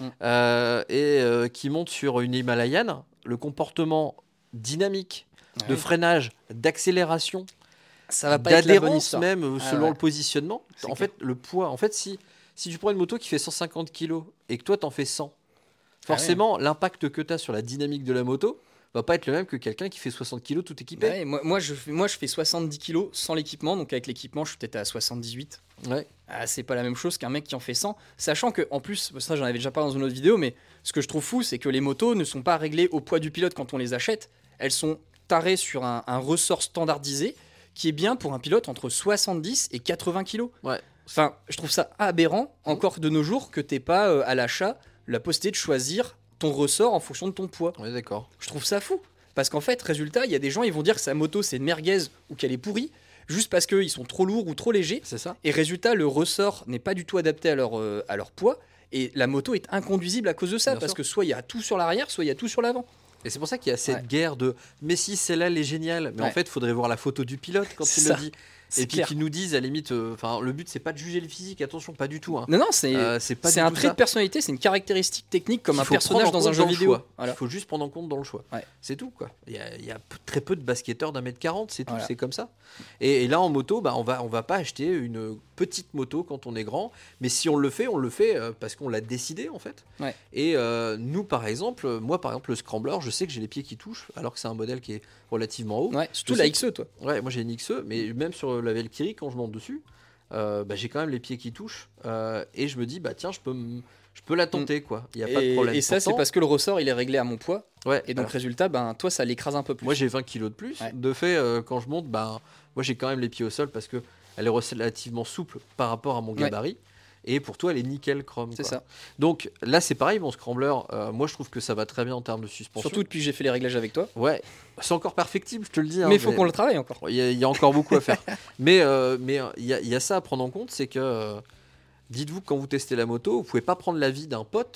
et qui monte sur une Himalayan, le comportement dynamique de Ouais. freinage, d'accélération, Ça va pas être la bonne d'adhérence histoire. même Ah selon ouais. le positionnement. C'est En clair. fait, le poids. En fait, si tu prends une moto qui fait 150 kilos et que toi t'en fais 100, forcément l'impact que tu as sur la dynamique de la moto va pas être le même que quelqu'un qui fait 60 kilos tout équipé. Ouais, moi, je fais 70 kilos sans l'équipement, donc avec l'équipement, je suis peut-être à 78. Ouais. Ah, c'est pas la même chose qu'un mec qui en fait 100. Sachant que, en plus, ça j'en avais déjà parlé dans une autre vidéo, mais ce que je trouve fou, c'est que les motos ne sont pas réglées au poids du pilote quand on les achète. Elles sont tarées sur un ressort standardisé qui est bien pour un pilote entre 70 et 80 kilos. Ouais. Enfin, je trouve ça aberrant, encore de nos jours, que t'aies pas à l'achat la possibilité de choisir ton ressort en fonction de ton poids. Ouais, d'accord. Je trouve ça fou. Parce qu'en fait, résultat, il y a des gens, ils vont dire que sa moto c'est une merguez ou qu'elle est pourrie, juste parce qu'ils sont trop lourds ou trop légers. C'est ça. Et résultat, le ressort n'est pas du tout adapté à leur poids. Et la moto est inconduisible à cause de ça. Bien parce sûr. que soit il y a tout sur l'arrière, soit il y a tout sur l'avant. Et c'est pour ça qu'il y a cette Ouais. guerre de mais si celle-là elle est géniale, mais en Ouais. fait il faudrait voir la photo du pilote quand C'est il ça. le dit. C'est Et puis clair. qu'ils nous disent à la limite, enfin le but c'est pas de juger le physique, attention, pas du tout. Hein. Non, non, c'est C'est pas c'est du un tout trait ça. de personnalité, c'est une caractéristique technique comme Qu'il un faut personnage prendre en dans un compte jeu le vidéo. choix. Voilà. Il faut juste prendre en compte dans le choix. Ouais. C'est tout quoi. Il y a très peu de basketteurs d'1m40, c'est tout, Voilà. c'est comme ça. Et là en moto, bah, on va pas acheter une petite moto quand on est grand, mais si on le fait parce qu'on l'a décidé en fait. Ouais. Et nous par exemple, moi par exemple le Scrambler, je sais que j'ai les pieds qui touchent, alors que c'est un modèle qui est relativement haut. Ouais, surtout Je la sais XE, toi. Ouais, moi j'ai une XE, mais même sur la Valkyrie, quand je monte dessus, bah, j'ai quand même les pieds qui touchent. Et je me dis, bah tiens, je peux la tenter, quoi. Il n'y a pas de problème. Et ça, c'est Pourtant, parce que le ressort, il est réglé à mon poids. ouais, Et donc, alors, résultat, ben, toi, ça l'écrase un peu plus. moi j'ai 20 kilos de plus. Ouais. De fait, quand je monte, bah, moi j'ai quand même les pieds au sol parce que elle est relativement souple par rapport à mon gabarit. Et pour toi, elle est nickel chrome. C'est quoi. ça. Donc là, c'est pareil, mon Scrambler. Moi, je trouve que ça va très bien en termes de suspension. Surtout depuis que j'ai fait les réglages avec toi. Ouais, c'est encore perfectible, je te le dis. hein, Mais il faut qu'on le travaille encore. Il y a encore beaucoup à faire. Mais il y a ça à prendre en compte, c'est que dites-vous que quand vous testez la moto, vous pouvez pas prendre l'avis d'un pote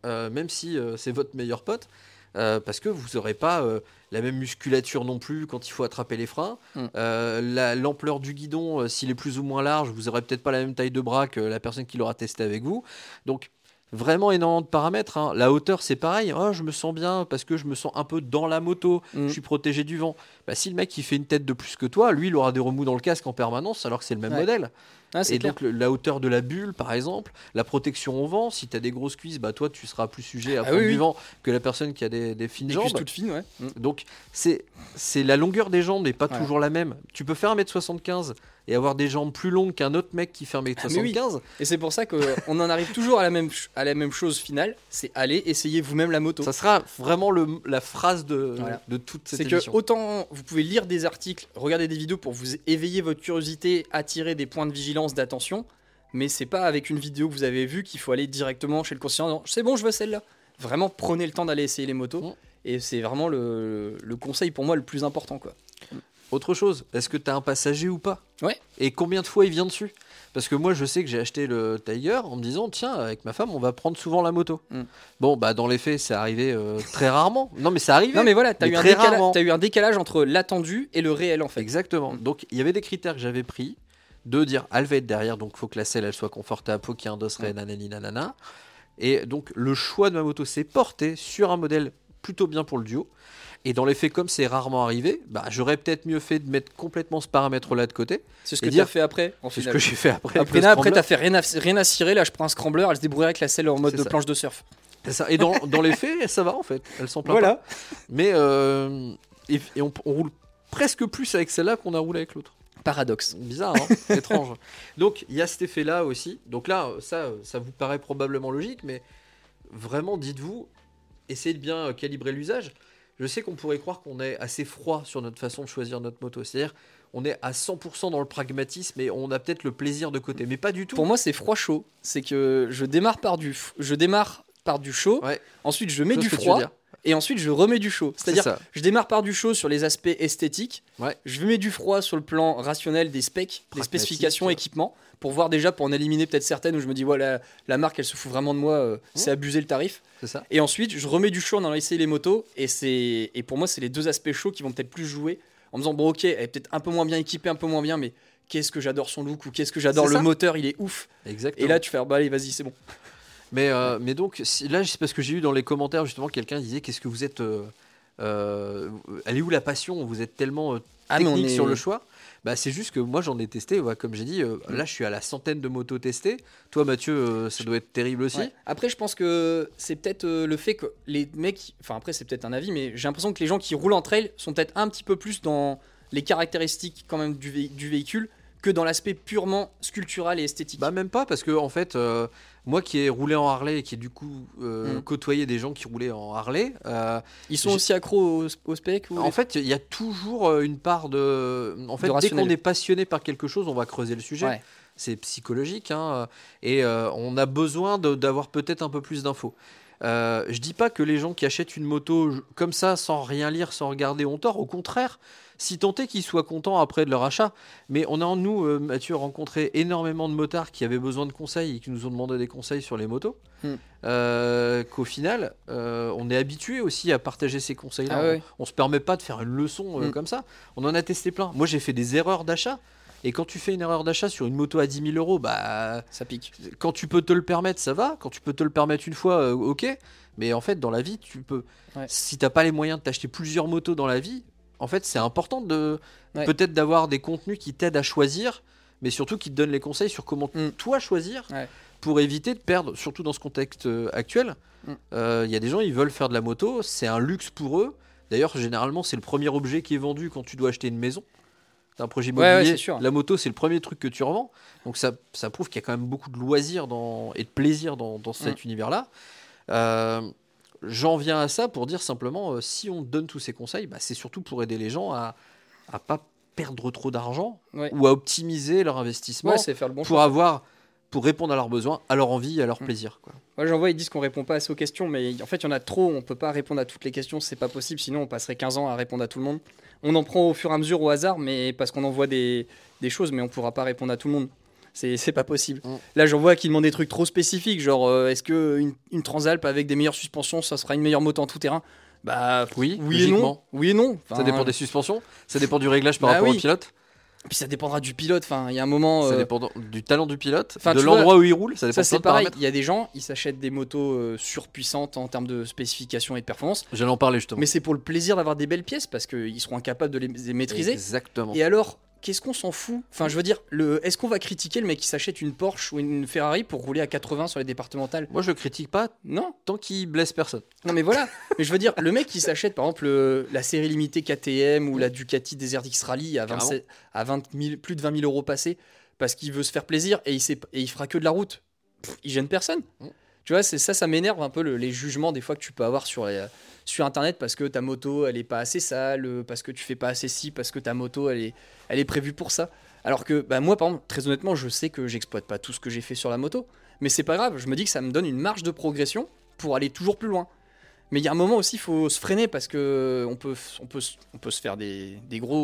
même si c'est votre meilleur pote, parce que vous n'aurez pas la même musculature non plus quand il faut attraper les freins. L'ampleur du guidon, s'il est plus ou moins large, vous n'aurez peut-être pas la même taille de bras que la personne qui l'aura testé avec vous. Donc, vraiment énormément de paramètres. Hein. La hauteur, c'est pareil. Oh, je me sens bien parce que je me sens un peu dans la moto. Je suis protégé du vent. Bah, si le mec il fait une tête de plus que toi, lui, il aura des remous dans le casque en permanence alors que c'est le même modèle. Ah, et clair. donc la hauteur de la bulle, par exemple, la protection au vent. Si tu as des grosses cuisses, bah, toi, tu seras plus sujet à prendre du vent que la personne qui a des fines jambes. Des cuisses toutes fines, ouais. Donc, c'est la longueur des jambes n'est pas toujours la même. Tu peux faire 1m75 et avoir des jambes plus longues qu'un autre mec qui fait 1m75. Et c'est pour ça qu'on en arrive toujours à la même chose finale, c'est aller essayer vous-même la moto. Ça sera vraiment la phrase de toute cette émission. C'est que autant vous pouvez lire des articles, regarder des vidéos pour vous éveiller votre curiosité, attirer des points de vigilance, d'attention, mais c'est pas avec une vidéo que vous avez vue qu'il faut aller directement chez le concessionnaire. C'est bon, je veux celle-là. Vraiment, prenez le temps d'aller essayer les motos. Et c'est vraiment le conseil pour moi le plus important, quoi. Autre chose, est-ce que tu as un passager ou pas ? Ouais. Et combien de fois il vient dessus ? Parce que moi, je sais que j'ai acheté le Tiger en me disant, tiens, avec ma femme, on va prendre souvent la moto. Bon, bah dans les faits, c'est arrivé très rarement. Non, mais c'est arrivé. Non, mais voilà, t'as eu un décalage entre l'attendu et le réel, en fait. Exactement. Donc, il y avait des critères que j'avais pris de dire, elle va être derrière, donc il faut que la selle, elle soit confortable, faut qu'il y ait un dosseret, nanani, nanana. Et donc, le choix de ma moto s'est porté sur un modèle plutôt bien pour le duo. Et dans les faits, comme c'est rarement arrivé, bah, j'aurais peut-être mieux fait de mettre complètement ce paramètre-là de côté. C'est ce que tu as fait après, en C'est final. ce que j'ai fait après. Après, tu as fait rien à cirer. Là, je prends un scrambler, elle se débrouille avec la selle en mode de planche de surf. C'est ça. Et dans les faits, ça va en fait. Elle s'en plaint pas. Mais on roule presque plus avec celle-là qu'on a roulé avec l'autre. Paradoxe. Bizarre, hein. Étrange. Donc, il y a cet effet-là aussi. Donc là, ça vous paraît probablement logique, mais vraiment, dites-vous, essayez de bien calibrer l'usage. Je sais qu'on pourrait croire qu'on est assez froid sur notre façon de choisir notre moto. C'est-à-dire, on est à 100% dans le pragmatisme et on a peut-être le plaisir de côté. Mais pas du tout. Pour moi, c'est froid-chaud. C'est que je démarre par du chaud, ensuite je mets du froid, et ensuite je remets du chaud. C'est-à-dire, je démarre par du chaud sur les aspects esthétiques, je mets du froid sur le plan rationnel des specs, des spécifications, équipements, pour voir déjà, pour en éliminer peut-être certaines où je me dis, voilà, la marque elle se fout vraiment de moi, c'est abusé le tarif. C'est ça. Et ensuite, je remets du chaud en allant essayer les motos, et pour moi, c'est les deux aspects chauds qui vont peut-être plus jouer, en me disant, bon, ok, elle est peut-être un peu moins bien équipée, un peu moins bien, mais qu'est-ce que j'adore son look, ou qu'est-ce que j'adore le moteur, il est ouf. Exactement. Et là, tu fais, bah allez, vas-y, c'est bon. Mais donc, là, c'est parce que j'ai eu dans les commentaires, justement, quelqu'un disait, qu'est-ce que vous êtes... elle est où la passion ? Vous êtes tellement technique sur le choix. Bah, c'est juste que moi, j'en ai testé, comme j'ai dit, là, je suis à la centaine de motos testées. Toi, Mathieu, ça doit être terrible aussi. Ouais. Après, je pense que c'est peut-être le fait que les mecs... Enfin, après, c'est peut-être un avis, mais j'ai l'impression que les gens qui roulent en trail sont peut-être un petit peu plus dans les caractéristiques quand même du véhicule que dans l'aspect purement sculptural et esthétique. Bah même pas, parce que en fait, moi qui ai roulé en Harley et qui ai du coup côtoyé des gens qui roulaient en Harley... Ils sont aussi accros au spec ou... En fait, il y a toujours une part de... En fait, dès qu'on est passionné par quelque chose, on va creuser le sujet. Ouais. C'est psychologique, hein, et on a besoin d'avoir peut-être un peu plus d'infos. Je dis pas que les gens qui achètent une moto comme ça, sans rien lire, sans regarder, ont tort. Au contraire, si tant est qu'ils soient contents après de leur achat. Mais on a, nous, Mathieu, rencontré énormément de motards qui avaient besoin de conseils et qui nous ont demandé des conseils sur les motos. Qu'au final, on est habitué aussi à partager ces conseils-là. Ah ouais. On se permet pas de faire une leçon comme ça. On en a testé plein. Moi, j'ai fait des erreurs d'achat. Et quand tu fais une erreur d'achat sur une moto à 10 000 euros, bah, ça pique. Quand tu peux te le permettre, ça va. Quand tu peux te le permettre une fois, ok. Mais en fait, dans la vie, tu peux. Ouais. Si t'as pas les moyens de t'acheter plusieurs motos dans la vie, en fait, c'est important de peut-être d'avoir des contenus qui t'aident à choisir, mais surtout qui te donnent les conseils sur comment toi choisir pour éviter de perdre, surtout dans ce contexte actuel. Y a des gens, ils veulent faire de la moto, c'est un luxe pour eux. D'ailleurs, généralement, c'est le premier objet qui est vendu quand tu dois acheter une maison. Un projet immobilier, la moto c'est le premier truc que tu revends, donc ça prouve qu'il y a quand même beaucoup de loisirs et de plaisir dans cet univers-là. J'en viens à ça pour dire simplement, si on donne tous ces conseils, bah, c'est surtout pour aider les gens à pas perdre trop d'argent ou à optimiser leur investissement faire le bon pour répondre à leurs besoins, à leur envie, à leur plaisir, quoi. Ouais, j'en vois, ils disent qu'on répond pas assez aux questions, mais en fait, il y en a trop, on peut pas répondre à toutes les questions, c'est pas possible, sinon on passerait 15 ans à répondre à tout le monde. On en prend au fur et à mesure au hasard, mais parce qu'on en voit des choses, mais on pourra pas répondre à tout le monde. C'est pas possible. Mm. Là, j'en vois qui demandent des trucs trop spécifiques, genre est-ce que une Transalp avec des meilleures suspensions, ça sera une meilleure moto en tout terrain? Bah Oui, oui et non. logiquement. Oui et non. Ça dépend des suspensions, ça dépend du réglage par Bah rapport oui. au pilote, Puis ça dépendra du pilote. Enfin, il y a un moment. ça dépend du talent du pilote, Enfin, de tu l'endroit où il roule, ça dépend Ça de c'est plein de pareil. paramètres. Il y a des gens, ils s'achètent des motos surpuissantes en termes de spécifications et de performance, J'allais en parler justement. mais c'est pour le plaisir d'avoir des belles pièces parce qu'ils seront incapables de les maîtriser. Exactement. Et alors, qu'est-ce qu'on s'en fout? Enfin, je veux dire, est-ce qu'on va critiquer le mec qui s'achète une Porsche ou une Ferrari pour rouler à 80 sur les départementales? Moi, je le critique pas Non. tant qu'il blesse personne. Non, mais voilà. Mais je veux dire, le mec qui s'achète par exemple la série limitée KTM ou la Ducati Desert X Rally à 27, à 20 000, plus de 20 000 euros passés parce qu'il veut se faire plaisir et il fera que de la route. Il gêne personne. Mm. Tu vois, ça m'énerve un peu les jugements des fois que tu peux avoir sur internet parce que ta moto elle est pas assez sale, parce que tu fais pas assez ci, parce que ta moto elle est prévue pour ça. Alors que bah, moi par exemple, très honnêtement, je sais que j'exploite pas tout ce que j'ai fait sur la moto, mais c'est pas grave, je me dis que ça me donne une marge de progression pour aller toujours plus loin. Mais il y a un moment aussi, il faut se freiner parce que on peut se faire des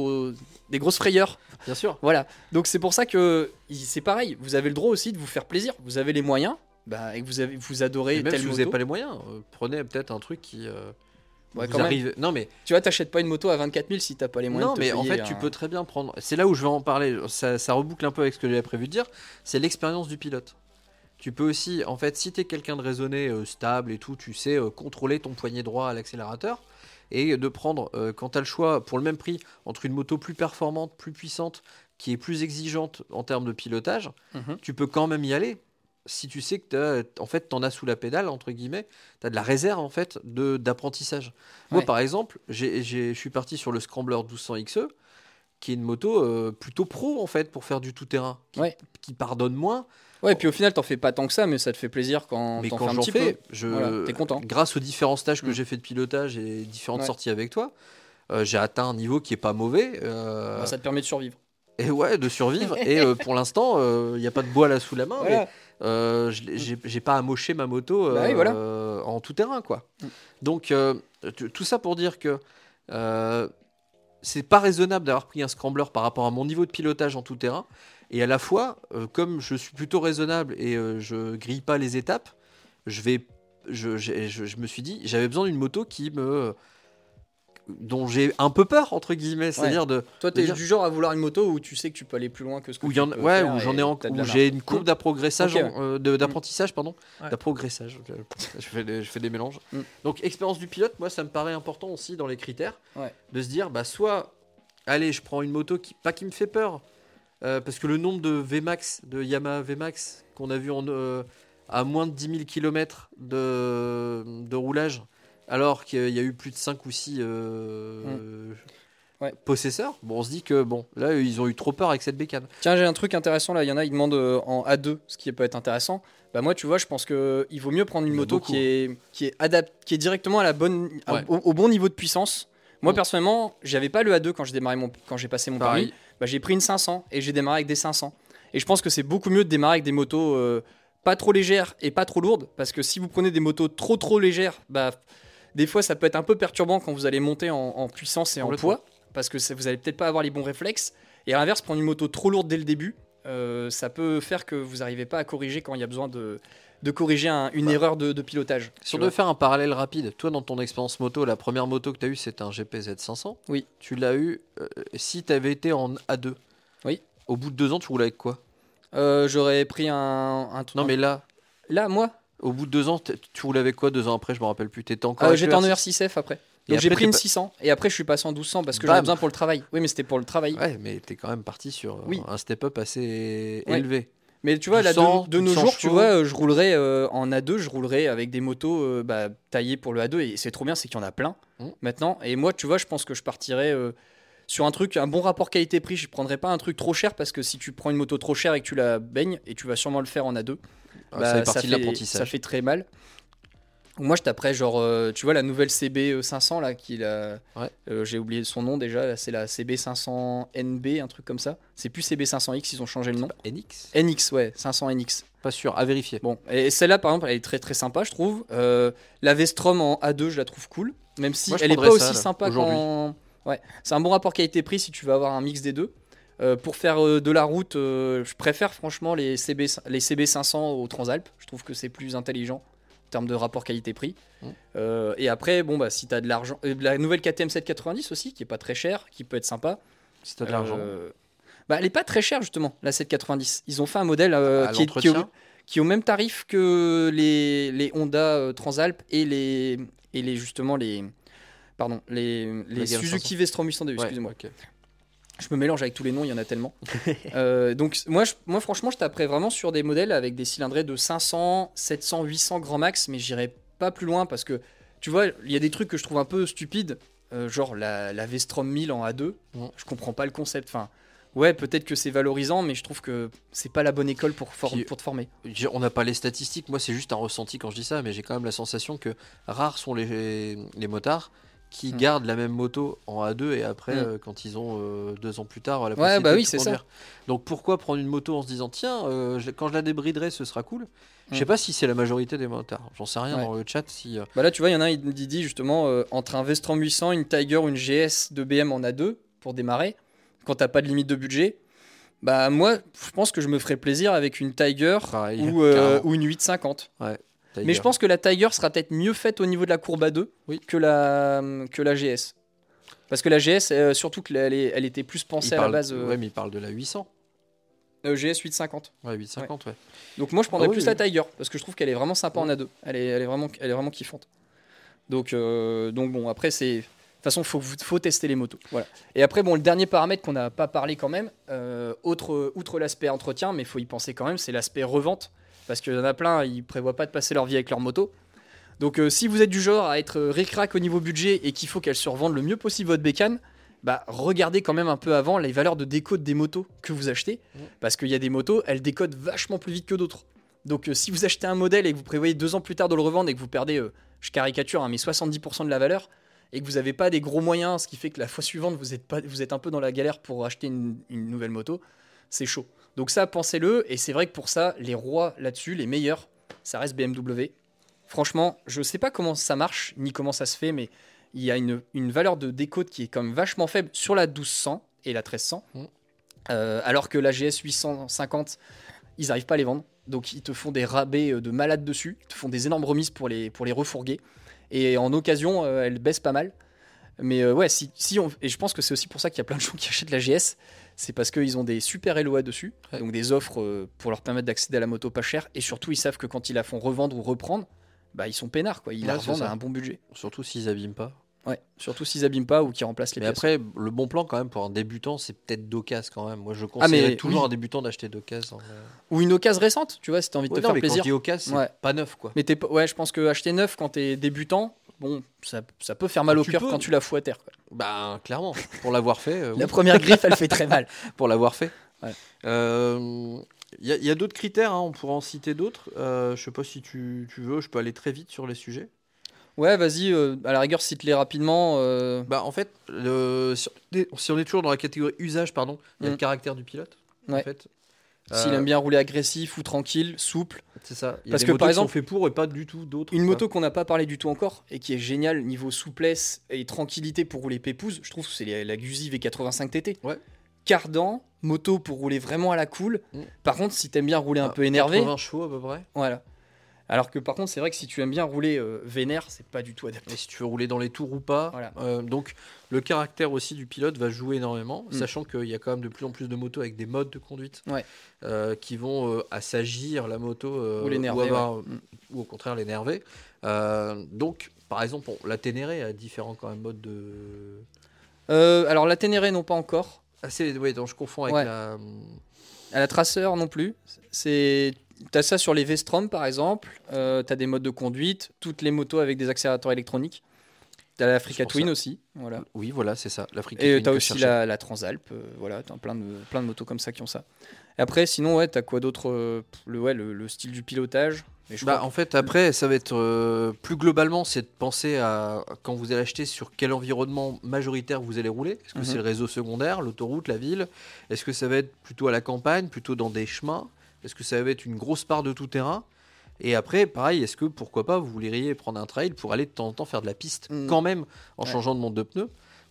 grosses frayeurs. Bien sûr. Voilà. Donc c'est pour ça que c'est pareil. Vous avez le droit aussi de vous faire plaisir. Vous avez les moyens, bah, et que vous adorez Et même telle si vous moto. n'avez pas les moyens, prenez peut-être un truc qui Ouais, vous quand même. arrive. Non mais Tu vois, t'achètes pas une moto à 24 000 si t'as pas les moyens non de te mais en payer fait tu peux très bien prendre. C'est là où je vais en parler. Ça reboucle un peu avec ce que j'avais prévu de dire. C'est l'expérience du pilote. Tu peux aussi, en fait, si t'es quelqu'un de raisonné, stable et tout, tu sais contrôler ton poignet droit à l'accélérateur et de prendre, quand t'as le choix pour le même prix entre une moto plus performante, plus puissante, qui est plus exigeante en termes de pilotage, Mhm. tu peux quand même y aller. Si tu sais que en fait, t'en as sous la pédale, entre guillemets, t'as de la réserve en fait d'apprentissage. Moi, Ouais. par exemple, je suis parti sur le Scrambler 1200 XE, qui est une moto plutôt pro en fait pour faire du tout-terrain, Ouais. qui pardonne moins. Ouais, puis au final, t'en fais pas tant que ça, mais ça te fait plaisir quand Mais t'en quand fais un j'en petit fais, peu. Voilà, t'es content. grâce aux différents stages que Mm. j'ai fait de pilotage et différentes Ouais. sorties avec toi, j'ai atteint un niveau qui est pas mauvais. Bah, ça te permet de survivre. Et ouais, de survivre. Et pour l'instant, il n'y a pas de bois là sous la main, Voilà. mais j'ai pas amoché ma moto Bah oui, voilà. en tout terrain, quoi. Mm. Donc, tout ça pour dire que c'est pas raisonnable d'avoir pris un scrambler par rapport à mon niveau de pilotage en tout terrain. Et à la fois, comme je suis plutôt raisonnable et je grille pas les étapes, je me suis dit, j'avais besoin d'une moto dont j'ai un peu peur entre guillemets, c'est-à-dire Toi, de t'es dire- du genre à vouloir une moto où tu sais que tu peux aller plus loin que ce que où tu peux ouais, faire où j'en et ai t'as de où la j'ai marge. une courbe d'approgressage, Ok, ouais. d'apprentissage, pardon, Ouais. d'approgressage. Je fais des mélanges. Mm. Donc expérience du pilote, moi ça me paraît important aussi dans les critères, Ouais. de se dire bah soit allez je prends une moto qui me fait peur, parce que le nombre de VMAX, de Yamaha VMAX qu'on a vu à moins de 10 000 km de roulage, alors qu'il y a eu plus de 5 ou 6 Ouais. possesseurs, bon, on se dit que bon, là ils ont eu trop peur avec cette bécane. Tiens, j'ai un truc intéressant là. Il y en a, ils demandent en A2, ce qui peut être intéressant. Bah moi, tu vois, je pense que il vaut mieux prendre une Il y en a moto beaucoup. qui est qui est directement à la bonne, Ouais. au bon niveau de puissance. Moi Mm. personnellement, j'avais pas le A2 quand j'ai passé mon Pareil. permis. Bah, j'ai pris une 500 et j'ai démarré avec des 500. Et je pense que c'est beaucoup mieux de démarrer avec des motos pas trop légères et pas trop lourdes, parce que si vous prenez des motos trop légères, bah des fois ça peut être un peu perturbant quand vous allez monter en puissance et en Complètement. poids, parce que vous allez peut-être pas avoir les bons réflexes. Et à l'inverse, prendre une moto trop lourde dès le début, ça peut faire que vous n'arrivez pas à corriger quand il y a besoin de corriger une erreur de pilotage. Si on tu devait vois. faire un parallèle rapide, toi dans ton expérience moto, la première moto que tu as eue c'était un GPZ 500. Oui. Tu l'as eu si tu avais été en A2. Oui. Au bout de 2 ans, tu roulais avec quoi? J'aurais pris un Non mais là, moi, au bout de 2 ans, tu roulais avec quoi 2 ans après? Je me rappelle plus. T'étais encore avec j'étais en le ER6F après. Et Donc j'ai après, pris t'es une pas- 600 et après je suis passé en 1200 parce que Bam. j'avais besoin pour le travail. Oui, mais c'était pour le travail. Ouais, mais t'es quand même parti sur Oui. un step-up assez Ouais. élevé. Mais tu vois, Du là, 100, de plus nos 100 jours, tu chevaux. vois, je roulerais en A2, je roulerais avec des motos taillées pour le A2. Et c'est trop bien, c'est qu'il y en a plein Mm. maintenant. Et moi, tu vois, je pense que je partirais sur un truc, un bon rapport qualité-prix. Je prendrais pas un truc trop cher parce que si tu prends une moto trop chère et que tu la baignes, et tu vas sûrement le faire en A2, Ça fait partie de ça l'apprentissage. fait très mal. Moi, je taperais genre, tu vois, la nouvelle CB 500 là, Ouais. j'ai oublié son nom déjà. Là, c'est la CB 500 NB, un truc comme ça. C'est plus CB 500X, ils ont changé le nom. NX? NX, ouais, 500 NX. Pas sûr, à vérifier. Bon, et celle-là, par exemple, elle est très très sympa, je trouve. La Vestrom en A2, je la trouve cool, même si Moi, je elle est pas prendrais ça, aussi là, sympa aujourd'hui. Ouais, c'est un bon rapport qualité-prix si tu veux avoir un mix des deux. Pour faire de la route, je préfère franchement les CB500 au Transalp. Je trouve que c'est plus intelligent en termes de rapport qualité-prix. Et après, bon, bah, si tu as de l'argent, la nouvelle KTM 790 aussi, qui est pas très chère, qui peut être sympa. Si tu as de l'argent. Bah, elle est pas très chère justement, la 790. Ils ont fait un modèle qui est au même tarif que les Honda Transalp et les justement les Suzuki V-Strom 800D. Excusez-moi. Okay. Je me mélange avec tous les noms, il y en a tellement. Donc moi franchement, je taperais vraiment sur des modèles avec des cylindrées de 500, 700, 800 grand max, mais j'irai pas plus loin parce que tu vois, il y a des trucs que je trouve un peu stupides, genre la V-Strom 1000 en A2. Je comprends pas le concept. Enfin, ouais, peut-être que c'est valorisant, mais je trouve que c'est pas la bonne école pour te former. On n'a pas les statistiques, moi c'est juste un ressenti quand je dis ça, mais j'ai quand même la sensation que rares sont les motards qui gardent la même moto en A2 et après quand ils ont 2 ans plus tard la possibilité de conduire. Donc pourquoi prendre une moto en se disant tiens quand je la débriderai ce sera cool. Je sais pas si c'est la majorité des motards, j'en sais rien dans le chat si bah là tu vois il y en a un il dit justement entre un V-Strom 800, une Tiger, une GS de BM en A2 pour démarrer quand t'as pas de limite de budget. Bah moi je pense que je me ferais plaisir avec une Tiger ou une 850. Tiger. Mais je pense que la Tiger sera peut-être mieux faite au niveau de la courbe à 2 que la GS. Parce que la GS, surtout qu'elle était plus pensée à la base. Ouais, mais il parle de la 800. GS 850. Ouais, 850, ouais. Donc moi je prendrais plus la Tiger parce que je trouve qu'elle est vraiment sympa en A2. Elle est vraiment kiffante. Donc bon, après c'est. De toute façon, faut tester les motos. Voilà. Et après, bon, le dernier paramètre qu'on n'a pas parlé quand même, outre l'aspect entretien, mais il faut y penser quand même, c'est l'aspect revente. Parce qu'il y en a plein, ils prévoient pas de passer leur vie avec leur moto. Donc si vous êtes du genre à être ric-rac au niveau budget et qu'il faut qu'elle se revende le mieux possible votre bécane, bah regardez quand même un peu avant les valeurs de décode des motos que vous achetez. Parce qu'il y a des motos, elles décodent vachement plus vite que d'autres. Donc si vous achetez un modèle et que vous prévoyez 2 ans plus tard de le revendre et que vous perdez, je caricature, mais 70% de la valeur, et que vous n'avez pas des gros moyens, ce qui fait que la fois suivante, vous êtes un peu dans la galère pour acheter une nouvelle moto, c'est chaud. Donc ça, pensez-le, et c'est vrai que pour ça, les rois là-dessus, les meilleurs, ça reste BMW. Franchement, je sais pas comment ça marche, ni comment ça se fait, mais il y a une valeur de décote qui est quand même vachement faible sur la 1200 et la 1300, alors que la GS 850, ils n'arrivent pas à les vendre. Donc ils te font des rabais de malade dessus, ils te font des énormes remises pour les refourguer. Et en occasion, elle baisse pas mal. Mais ouais, et je pense que c'est aussi pour ça qu'il y a plein de gens qui achètent la GS. C'est parce qu'ils ont des super LOA dessus, donc des offres pour leur permettre d'accéder à la moto pas chère. Et surtout, ils savent que quand ils la font revendre ou reprendre, bah, ils sont peinards, quoi. Ils la revendent à un bon budget. Surtout s'ils abîment pas. Ouais, surtout s'ils abîment pas ou qu'ils remplacent les pièces. Mais après, le bon plan quand même pour un débutant, c'est peut-être d'occasion quand même. Moi, je conseillerais toujours un débutant d'acheter d'occasion. Ou une occasion récente, tu vois, si t'as envie de te faire plaisir. Quand je dis occasion, c'est pas neuf, quoi. Mais je pense que acheter neuf quand t'es débutant, bon, ça peut faire mal au cœur quand tu la fous à terre, quoi. Bah, clairement. Pour l'avoir fait. La première griffe, elle fait très mal. Pour l'avoir fait. Ouais. Y a d'autres critères, on pourra en citer d'autres. Je sais pas si tu veux, je peux aller très vite sur les sujets. Ouais, vas-y, à la rigueur, cite-les rapidement. Bah, en fait, si on est toujours dans la catégorie usage, pardon, il y a le caractère du pilote. Ouais. En fait. S'il aime bien rouler agressif ou tranquille, souple. C'est ça. Il y a Parce des que motos par exemple, qui sont faits pour et pas du tout d'autres. Une moto qu'on n'a pas parlé du tout encore et qui est géniale niveau souplesse et tranquillité pour rouler pépouze, je trouve que c'est la Guzzi V85 TT. Ouais. Cardan, moto pour rouler vraiment à la cool. Par contre, si t'aimes bien rouler un peu énervé. 80 chevaux à peu près. Voilà. Alors que par contre, c'est vrai que si tu aimes bien rouler vénère, c'est pas du tout adapté. Et si tu veux rouler dans les tours ou pas. Voilà. Donc, le caractère aussi du pilote va jouer énormément, sachant qu'il y a quand même de plus en plus de motos avec des modes de conduite qui vont assagir la moto ou l'énerver, ou au contraire l'énerver. Donc, par exemple, la Ténéré a différents quand même modes de. Alors, la Ténéré, non pas encore. Donc je confonds avec la. À la Tracer non plus. T'as ça sur les V-Strom par exemple. T'as des modes de conduite. Toutes les motos avec des accélérateurs électroniques. T'as l'Africa Twin aussi. Voilà. Oui, voilà, c'est ça. L'Africa Et Twin. t'as aussi la Transalp. Voilà, t'as plein de motos comme ça qui ont ça. Et après, sinon, t'as quoi d'autre le style du pilotage. En fait, après, ça va être plus globalement, c'est de penser à quand vous allez acheter sur quel environnement majoritaire vous allez rouler. Est-ce que c'est le réseau secondaire, l'autoroute, la ville? Est-ce que ça va être plutôt à la campagne, plutôt dans des chemins? Est-ce que ça va être une grosse part de tout terrain? Et après, pareil, est-ce que pourquoi pas vous voudriez prendre un trail pour aller de temps en temps faire de la piste quand même en changeant de monte de pneus? Moi,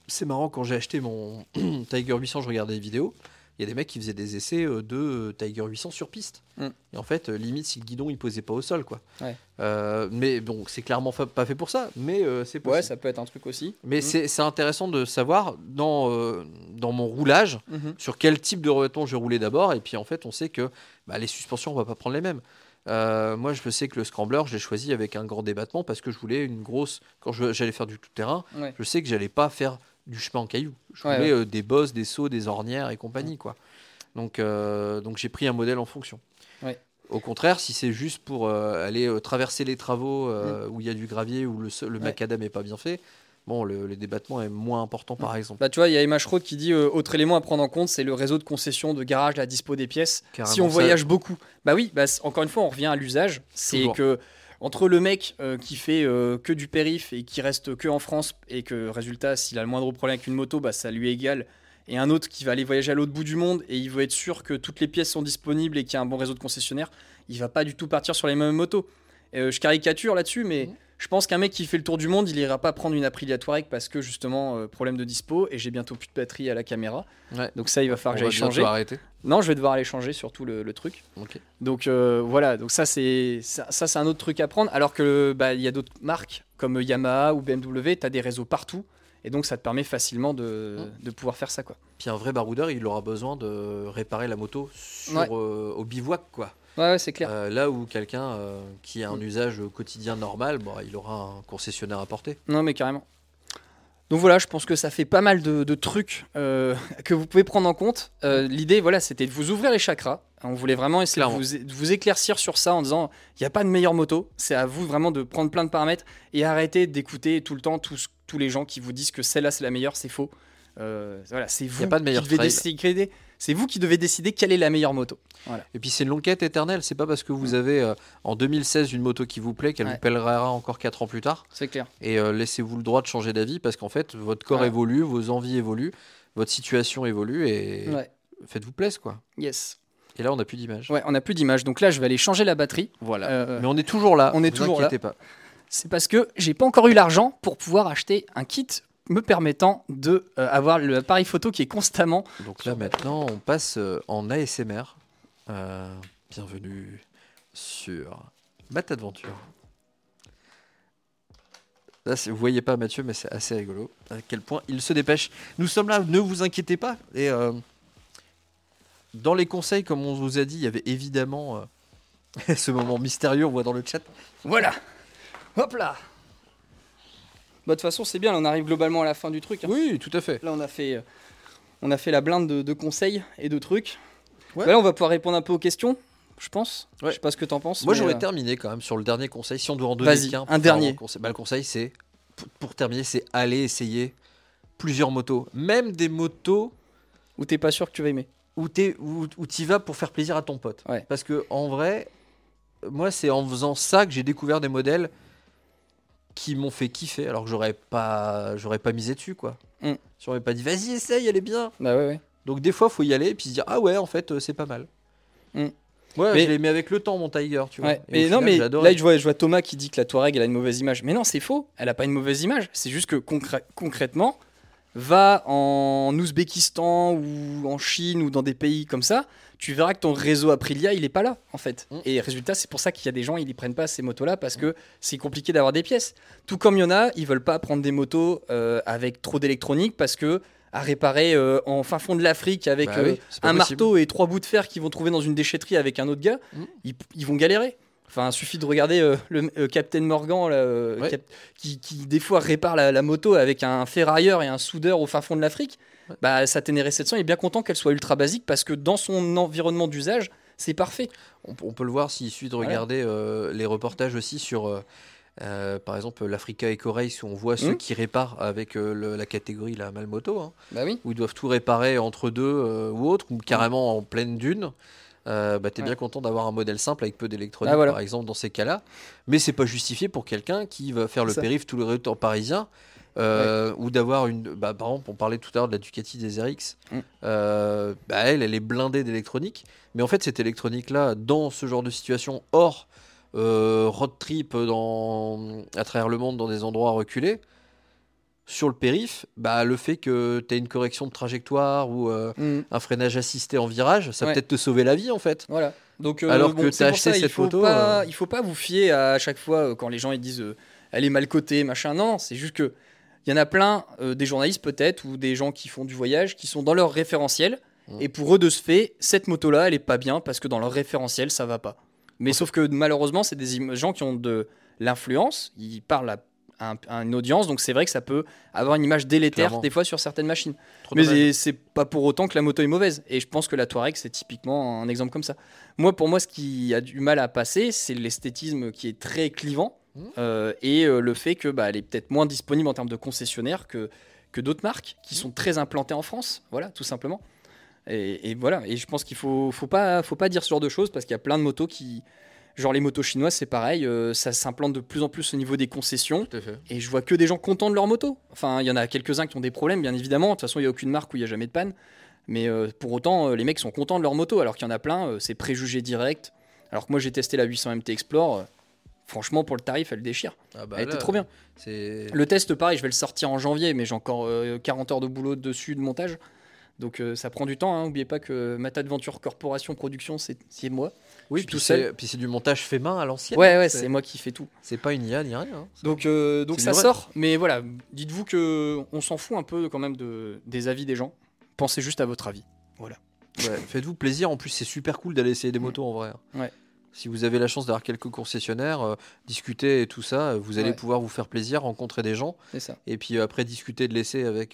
c'est marrant, quand j'ai acheté mon Tiger 800, je regardais des vidéos. Il y a des mecs qui faisaient des essais de Tiger 800 sur piste. Et en fait, limite, si le guidon il posait pas au sol, quoi. Ouais. Mais bon, c'est clairement pas fait pour ça, mais c'est possible. Ouais, ça peut être un truc aussi. Mais c'est intéressant de savoir dans mon roulage sur quel type de revêtement je roulais d'abord. Et puis en fait, on sait que les suspensions, on va pas prendre les mêmes. Moi, je sais que le scrambler, je l'ai choisi avec un grand débattement parce que je voulais une grosse. Quand j'allais faire du tout-terrain, je sais que j'allais pas faire du chemin en cailloux. Je voulais des bosses, des sauts, des ornières et compagnie, quoi. Donc j'ai pris un modèle en fonction. Ouais. Au contraire, si c'est juste pour aller traverser les travaux où il y a du gravier, où le macadam n'est pas bien fait, bon, le débattement est moins important, par exemple. Bah, tu vois, il y a Emma Schrodt qui dit autre élément à prendre en compte, c'est le réseau de concession de garage, la dispo des pièces. Carrément, si on voyage beaucoup, bah oui, encore une fois, on revient à l'usage. C'est Toujours. que entre le mec qui fait que du périph et qui reste que en France et que résultat, s'il a le moindre problème avec une moto, bah ça lui est égal. Et un autre qui va aller voyager à l'autre bout du monde et il veut être sûr que toutes les pièces sont disponibles et qu'il y a un bon réseau de concessionnaires, il va pas du tout partir sur les mêmes motos. Je caricature là-dessus, mais je pense qu'un mec qui fait le tour du monde, il ira pas prendre une Aprilia Touareg parce que justement problème de dispo et j'ai bientôt plus de batterie à la caméra. Ouais. Donc ça, il va falloir que j'aille changer. Arrêter. Non, je vais devoir aller changer surtout le truc. Okay. Donc voilà, donc ça c'est un autre truc à prendre. Alors que il y a d'autres marques comme Yamaha ou BMW, tu as des réseaux partout. Et donc ça te permet facilement de pouvoir faire ça, quoi. Puis un vrai baroudeur, il aura besoin de réparer la moto au bivouac, quoi. Ouais, c'est clair. Là où quelqu'un qui a un usage quotidien normal, il aura un concessionnaire à porter. Non, mais carrément. Donc voilà, je pense que ça fait pas mal de trucs que vous pouvez prendre en compte. L'idée, voilà, c'était de vous ouvrir les chakras. On voulait vraiment essayer de vous éclaircir sur ça en disant il n'y a pas de meilleure moto. C'est à vous vraiment de prendre plein de paramètres et arrêter d'écouter tout le temps tous les gens qui vous disent que celle-là c'est la meilleure. C'est faux. Voilà, c'est vous, c'est vous qui devez décider quelle est la meilleure moto. Voilà. Et puis c'est une longue quête éternelle. C'est pas parce que vous avez en 2016 une moto qui vous plaît qu'elle vous pèlera encore 4 ans plus tard. C'est clair. Et laissez-vous le droit de changer d'avis parce qu'en fait votre corps évolue, vos envies évoluent, votre situation évolue et faites-vous plaisir, quoi. Yes. Et là on n'a plus d'image. Ouais, on n'a plus d'image. Donc là je vais aller changer la batterie. Voilà. Mais on est toujours là. On est toujours là. Pas. C'est parce que j'ai pas encore eu l'argent pour pouvoir acheter un kit me permettant de avoir l'appareil photo qui est constamment... Donc là maintenant on passe en ASMR. Bienvenue sur Matt Adventure. Là, vous voyez pas Mathieu, mais c'est assez rigolo à quel point il se dépêche. Nous sommes là, ne vous inquiétez pas. Et dans les conseils, comme on vous a dit, il y avait évidemment ce moment mystérieux, on voit dans le chat. Voilà. Hop là. De toute façon, c'est bien, là, on arrive globalement à la fin du truc. Hein. Oui, tout à fait. Là, on a fait la blinde de conseils et de trucs. Ouais. Là, on va pouvoir répondre un peu aux questions, je pense. Ouais. Je sais pas ce que t'en penses. Moi, j'aurais terminé quand même sur le dernier conseil. Si on doit en donner un dernier. Le conseil, c'est, pour terminer, c'est aller essayer plusieurs motos. Même des motos où t'es pas sûr que tu vas aimer. Où t'y vas pour faire plaisir à ton pote. Ouais. Parce que en vrai, moi, c'est en faisant ça que j'ai découvert des modèles qui m'ont fait kiffer, alors que j'aurais pas misé dessus, quoi. J'aurais pas dit vas-y essaye, elle est bien. Bah ouais. Donc des fois faut y aller et puis se dire ah ouais en fait c'est pas mal. Ouais, mais je l'ai mis avec le temps mon Tiger, tu vois. Ouais. Mais non, mais là je vois Thomas qui dit que la Touareg elle a une mauvaise image. Mais non, c'est faux, elle a pas une mauvaise image. C'est juste que concrètement, va en Ouzbékistan ou en Chine ou dans des pays comme ça, tu verras que ton réseau Aprilia il est pas là en fait. Et résultat, c'est pour ça qu'il y a des gens ils prennent pas ces motos là parce que c'est compliqué d'avoir des pièces. Tout comme il y en a, ils veulent pas prendre des motos avec trop d'électronique parce que à réparer en fin fond de l'Afrique avec un marteau et 3 bouts de fer qu'ils vont trouver dans une déchetterie avec un autre gars, ils vont galérer. Enfin, il suffit de regarder le Captain Morgan là, qui des fois répare la moto avec un ferrailleur et un soudeur au fin fond de l'Afrique. Ouais. Bah, sa Ténéré 700 il est bien content qu'elle soit ultra basique parce que dans son environnement d'usage, c'est parfait. On peut le voir s'il suffit de regarder les reportages aussi sur, par exemple, l'Africa Eco Race où on voit ceux qui réparent avec la catégorie la Malmoto, hein, où ils doivent tout réparer entre deux ou autre, ou carrément en pleine dune. T'es bien content d'avoir un modèle simple avec peu d'électronique par exemple dans ces cas-là, mais c'est pas justifié pour quelqu'un qui va faire le périph' tout le temps parisien ou d'avoir par exemple on parlait tout à l'heure de la Ducati des RX, elle est blindée d'électronique, mais en fait cette électronique là dans ce genre de situation hors road trip à travers le monde dans des endroits reculés, sur le périph', bah, le fait que tu aies une correction de trajectoire ou un freinage assisté en virage, ça peut peut-être te sauver la vie en fait. Voilà. Donc, Alors que tu as acheté cette moto. Il faut pas vous fier à chaque fois quand les gens ils disent elle est mal cotée, machin. Non, c'est juste que il y en a plein, des journalistes peut-être, ou des gens qui font du voyage, qui sont dans leur référentiel. Et pour eux, de ce fait, cette moto-là, elle est pas bien parce que dans leur référentiel, ça va pas. Mais sauf que malheureusement, c'est des gens qui ont de l'influence. Ils parlent à une audience, donc c'est vrai que ça peut avoir une image délétère Clairement. des fois sur certaines machines. Trop dommage. Mais c'est pas pour autant que la moto est mauvaise. Et je pense que la Touareg, c'est typiquement un exemple comme ça. Pour moi, ce qui a du mal à passer, c'est l'esthétisme qui est très clivant. Et le fait que elle est peut-être moins disponible en termes de concessionnaires que d'autres marques qui sont très implantées en France, voilà, tout simplement. Et voilà, et je pense qu'il faut pas dire ce genre de choses parce qu'il y a plein de motos qui, genre les motos chinoises, c'est pareil, ça s'implante de plus en plus au niveau des concessions. Tout à fait. Et je vois que des gens contents de leur moto. Enfin, il y en a quelques-uns qui ont des problèmes, bien évidemment. De toute façon, il n'y a aucune marque où il n'y a jamais de panne. Mais pour autant, les mecs sont contents de leur moto, alors qu'il y en a plein, c'est préjugé direct. Alors que moi, j'ai testé la 800 MT Explore. Franchement, pour le tarif, elle déchire. Elle était trop bien. Le test, pareil, je vais le sortir en janvier, mais j'ai encore 40 heures de boulot dessus de montage. Donc ça prend du temps. Hein. N'oubliez pas que Mata Adventure Corporation Production, c'est moi. Oui, puis c'est du montage fait main à l'ancienne. Ouais, c'est moi qui fais tout. C'est pas une IA ni rien. Hein. Donc ça sort. Mais voilà, dites-vous qu'on s'en fout un peu quand même des avis des gens. Pensez juste à votre avis. Voilà. Ouais, faites-vous plaisir. En plus, c'est super cool d'aller essayer des motos en vrai. Ouais. Si vous avez la chance d'avoir quelques concessionnaires, discuter et tout ça, vous allez pouvoir vous faire plaisir, rencontrer des gens. C'est ça. Et puis après, discuter de l'essai avec.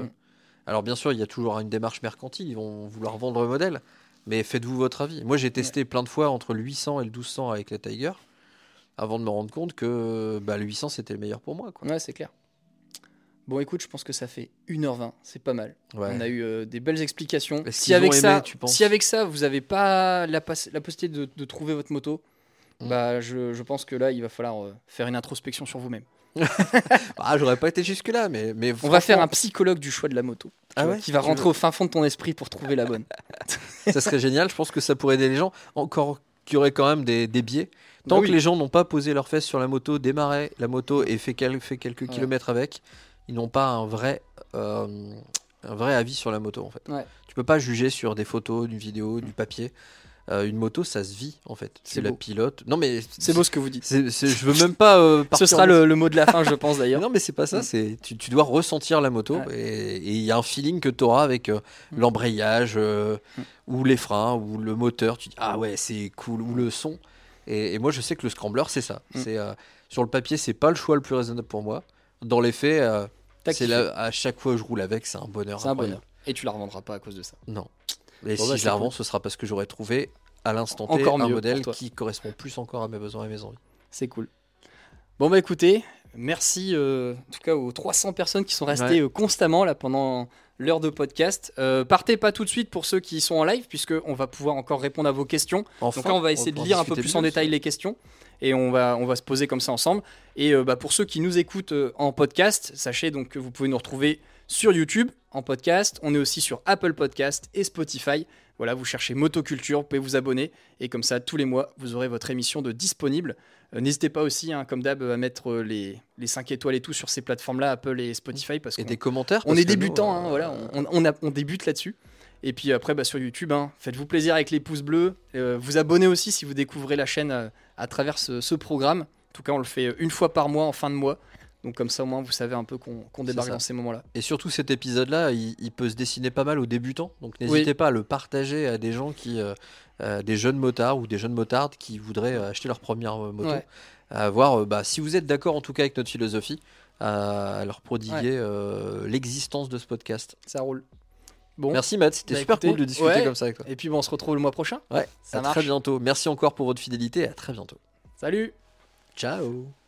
Alors, bien sûr, il y a toujours une démarche mercantile. Ils vont vouloir vendre le modèle. Mais faites-vous votre avis. Moi, j'ai testé plein de fois entre le 800 et le 1200 avec la Tiger avant de me rendre compte que le 800 c'était le meilleur pour moi. Quoi. Ouais, c'est clair. Bon, écoute, je pense que ça fait 1h20. C'est pas mal. Ouais. On a eu des belles explications. Si avec ça, vous n'avez pas la possibilité de trouver votre moto, je pense que là, il va falloir faire une introspection sur vous-même. J'aurais pas été jusque-là, mais on va faire un psychologue du choix de la moto qui va rentrer au fin fond de ton esprit pour trouver la bonne. Ça serait génial. Je pense que ça pourrait aider les gens. Encore qu'il y aurait quand même des biais. Tant que les gens n'ont pas posé leurs fesses sur la moto, démarré la moto et fait quelques kilomètres avec, ils n'ont pas un vrai avis sur la moto en fait. Ouais. Tu peux pas juger sur des photos, d'une vidéo, du papier. Une moto, ça se vit en fait. C'est la pilote. Non mais c'est beau ce que vous dites. Je veux même pas. Ce sera le mot de la fin, je pense d'ailleurs. Non mais c'est pas ça. C'est tu dois ressentir la moto et il y a un feeling que tu auras avec l'embrayage ou les freins ou le moteur. Tu dis ah ouais c'est cool ou le son. Et moi je sais que le scrambler c'est ça. C'est sur le papier c'est pas le choix le plus raisonnable pour moi. Dans les faits, c'est là à chaque fois que je roule avec c'est un bonheur. C'est un bonheur. Et tu la revendras pas à cause de ça. Non. Et si je la revends, ce sera parce que j'aurai trouvé à l'instant T un modèle qui correspond plus encore à mes besoins et mes envies. C'est cool. Bon écoutez, merci en tout cas aux 300 personnes qui sont restées constamment là pendant l'heure de podcast. Partez pas tout de suite pour ceux qui sont en live puisqu'on va pouvoir encore répondre à vos questions. Donc là on va essayer de lire un peu plus en détail les questions et on va se poser comme ça ensemble. Et pour ceux qui nous écoutent en podcast, sachez donc que vous pouvez nous retrouver sur YouTube en podcast. On est aussi sur Apple Podcast et Spotify. Voilà, vous cherchez Motoculture, vous pouvez vous abonner et comme ça, tous les mois, vous aurez votre émission de disponible. N'hésitez pas aussi, comme d'hab, à mettre les 5 étoiles et tout sur ces plateformes-là, Apple et Spotify. Parce et des commentaires. On est débutants, on débute là-dessus. Et puis après, sur YouTube, faites-vous plaisir avec les pouces bleus. Vous abonnez aussi si vous découvrez la chaîne à travers ce programme. En tout cas, on le fait une fois par mois, en fin de mois. Donc comme ça au moins vous savez un peu qu'on débarque dans ces moments-là. Et surtout cet épisode-là, il peut se dessiner pas mal aux débutants. Donc n'hésitez pas à le partager à des gens qui, des jeunes motards ou des jeunes motardes qui voudraient acheter leur première moto. Ouais. À voir si vous êtes d'accord en tout cas avec notre philosophie, à leur prodiguer l'existence de ce podcast. Ça roule. Bon. Merci Matt, c'était super cool de discuter comme ça avec toi. Et puis on se retrouve le mois prochain. Ouais, ça marche. Très bientôt. Merci encore pour votre fidélité et à très bientôt. Salut. Ciao.